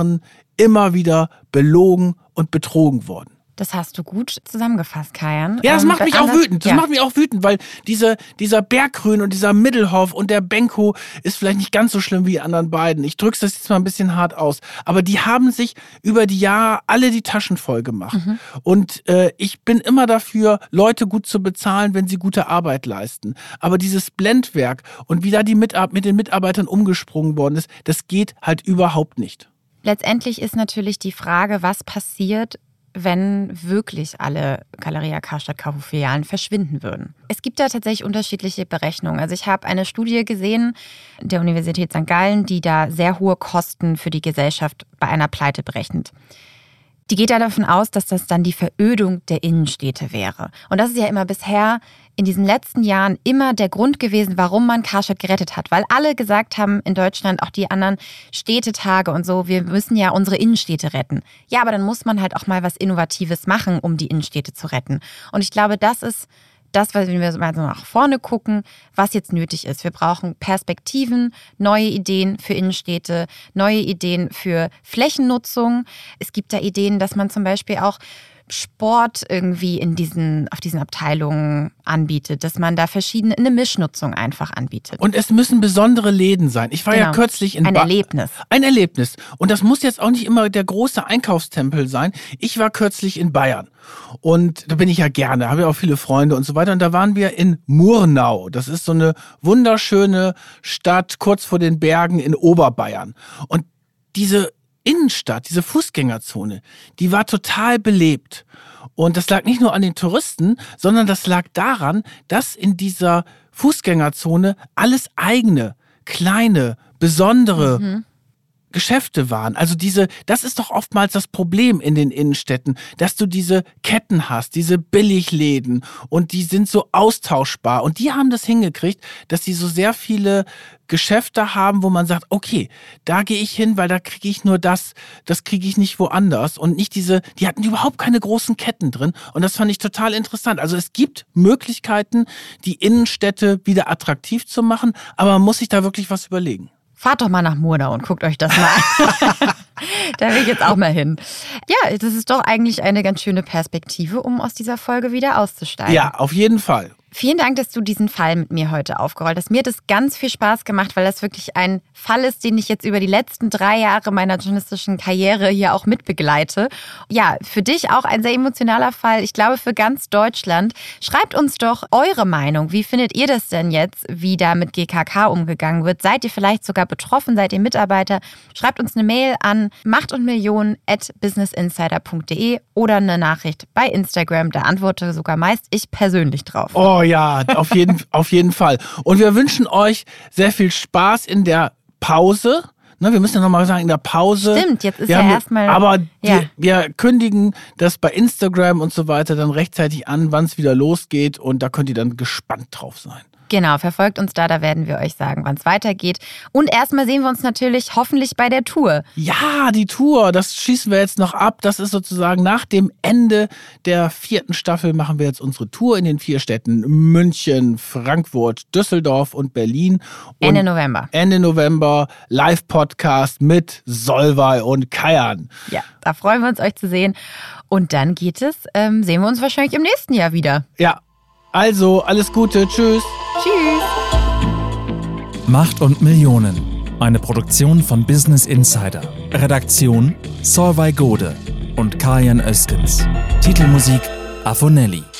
immer wieder belogen und betrogen worden. Das hast du gut zusammengefasst, Kajan. Ja, das ähm, macht mich auch wütend. Das ja. macht mich auch wütend, weil diese, dieser Berggrün und dieser Middelhoff und der Benko ist vielleicht nicht ganz so schlimm wie die anderen beiden. Ich drück's das jetzt mal ein bisschen hart aus. Aber die haben sich über die Jahre alle die Taschen voll gemacht. Mhm. Und äh, ich bin immer dafür, Leute gut zu bezahlen, wenn sie gute Arbeit leisten. Aber dieses Blendwerk und wie da die Mitab- mit den Mitarbeitern umgesprungen worden ist, das geht halt überhaupt nicht. Letztendlich ist natürlich die Frage, was passiert, wenn wirklich alle Galeria Karstadt Kaufhof-Filialen verschwinden würden. Es gibt da tatsächlich unterschiedliche Berechnungen. Also ich habe eine Studie gesehen der Universität Sankt Gallen, die da sehr hohe Kosten für die Gesellschaft bei einer Pleite berechnet. Die geht da davon aus, dass das dann die Verödung der Innenstädte wäre. Und das ist ja immer bisher in diesen letzten Jahren immer der Grund gewesen, warum man Karstadt gerettet hat. Weil alle gesagt haben in Deutschland, auch die anderen Städtetage und so, wir müssen ja unsere Innenstädte retten. Ja, aber dann muss man halt auch mal was Innovatives machen, um die Innenstädte zu retten. Und ich glaube, das ist das, was wir mal so nach vorne gucken, was jetzt nötig ist. Wir brauchen Perspektiven, neue Ideen für Innenstädte, neue Ideen für Flächennutzung. Es gibt da Ideen, dass man zum Beispiel auch Sport irgendwie in diesen, auf diesen Abteilungen anbietet, dass man da verschiedene, eine Mischnutzung einfach anbietet. Und es müssen besondere Läden sein. Ich war genau. ja kürzlich in Ein ba- Erlebnis. Ein Erlebnis. Und das muss jetzt auch nicht immer der große Einkaufstempel sein. Ich war kürzlich in Bayern. Und da bin ich ja gerne, habe ja auch viele Freunde und so weiter. Und da waren wir in Murnau. Das ist so eine wunderschöne Stadt kurz vor den Bergen in Oberbayern. Und diese Innenstadt, diese Fußgängerzone, die war total belebt. Und das lag nicht nur an den Touristen, sondern das lag daran, dass in dieser Fußgängerzone alles eigene, kleine, besondere mhm. Geschäfte waren. Also diese, das ist doch oftmals das Problem in den Innenstädten, dass du diese Ketten hast, diese Billigläden und die sind so austauschbar und die haben das hingekriegt, dass sie so sehr viele Geschäfte haben, wo man sagt, okay, da gehe ich hin, weil da kriege ich nur das, das kriege ich nicht woanders und nicht diese, die hatten überhaupt keine großen Ketten drin und das fand ich total interessant. Also es gibt Möglichkeiten, die Innenstädte wieder attraktiv zu machen, aber man muss sich da wirklich was überlegen. Fahrt doch mal nach Murnau und guckt euch das mal an. Da will ich jetzt auch mal hin. Ja, das ist doch eigentlich eine ganz schöne Perspektive, um aus dieser Folge wieder auszusteigen. Ja, auf jeden Fall. Vielen Dank, dass du diesen Fall mit mir heute aufgerollt hast. Mir hat es ganz viel Spaß gemacht, weil das wirklich ein Fall ist, den ich jetzt über die letzten drei Jahre meiner journalistischen Karriere hier auch mitbegleite. Ja, für dich auch ein sehr emotionaler Fall. Ich glaube, für ganz Deutschland. Schreibt uns doch eure Meinung. Wie findet ihr das denn jetzt, wie da mit G K K umgegangen wird? Seid ihr vielleicht sogar betroffen? Seid ihr Mitarbeiter? Schreibt uns eine Mail an macht und millionen at businessinsider punkt de oder eine Nachricht bei Instagram. Da antworte sogar meist ich persönlich drauf. Oh ja, auf jeden, auf jeden Fall. Und wir wünschen euch sehr viel Spaß in der Pause. Ne, wir müssen ja nochmal sagen, in der Pause. Stimmt, jetzt ist wir ja haben, erstmal. Aber ja. wir, wir kündigen das bei Instagram und so weiter dann rechtzeitig an, wann es wieder losgeht. Und da könnt ihr dann gespannt drauf sein. Genau, verfolgt uns da, da werden wir euch sagen, wann es weitergeht. Und erstmal sehen wir uns natürlich hoffentlich bei der Tour. Ja, die Tour, das schießen wir jetzt noch ab. Das ist sozusagen nach dem Ende der vierten Staffel machen wir jetzt unsere Tour in den vier Städten München, Frankfurt, Düsseldorf und Berlin. Und Ende November. Ende November, Live-Podcast mit Solveig und Kajan. Ja, da freuen wir uns, euch zu sehen. Und dann geht es, ähm, sehen wir uns wahrscheinlich im nächsten Jahr wieder. Ja. Also, alles Gute. Tschüss. Tschüss. Macht und Millionen. Eine Produktion von Business Insider. Redaktion Solveig Gode und Kajan Özkens. Titelmusik Afonelli.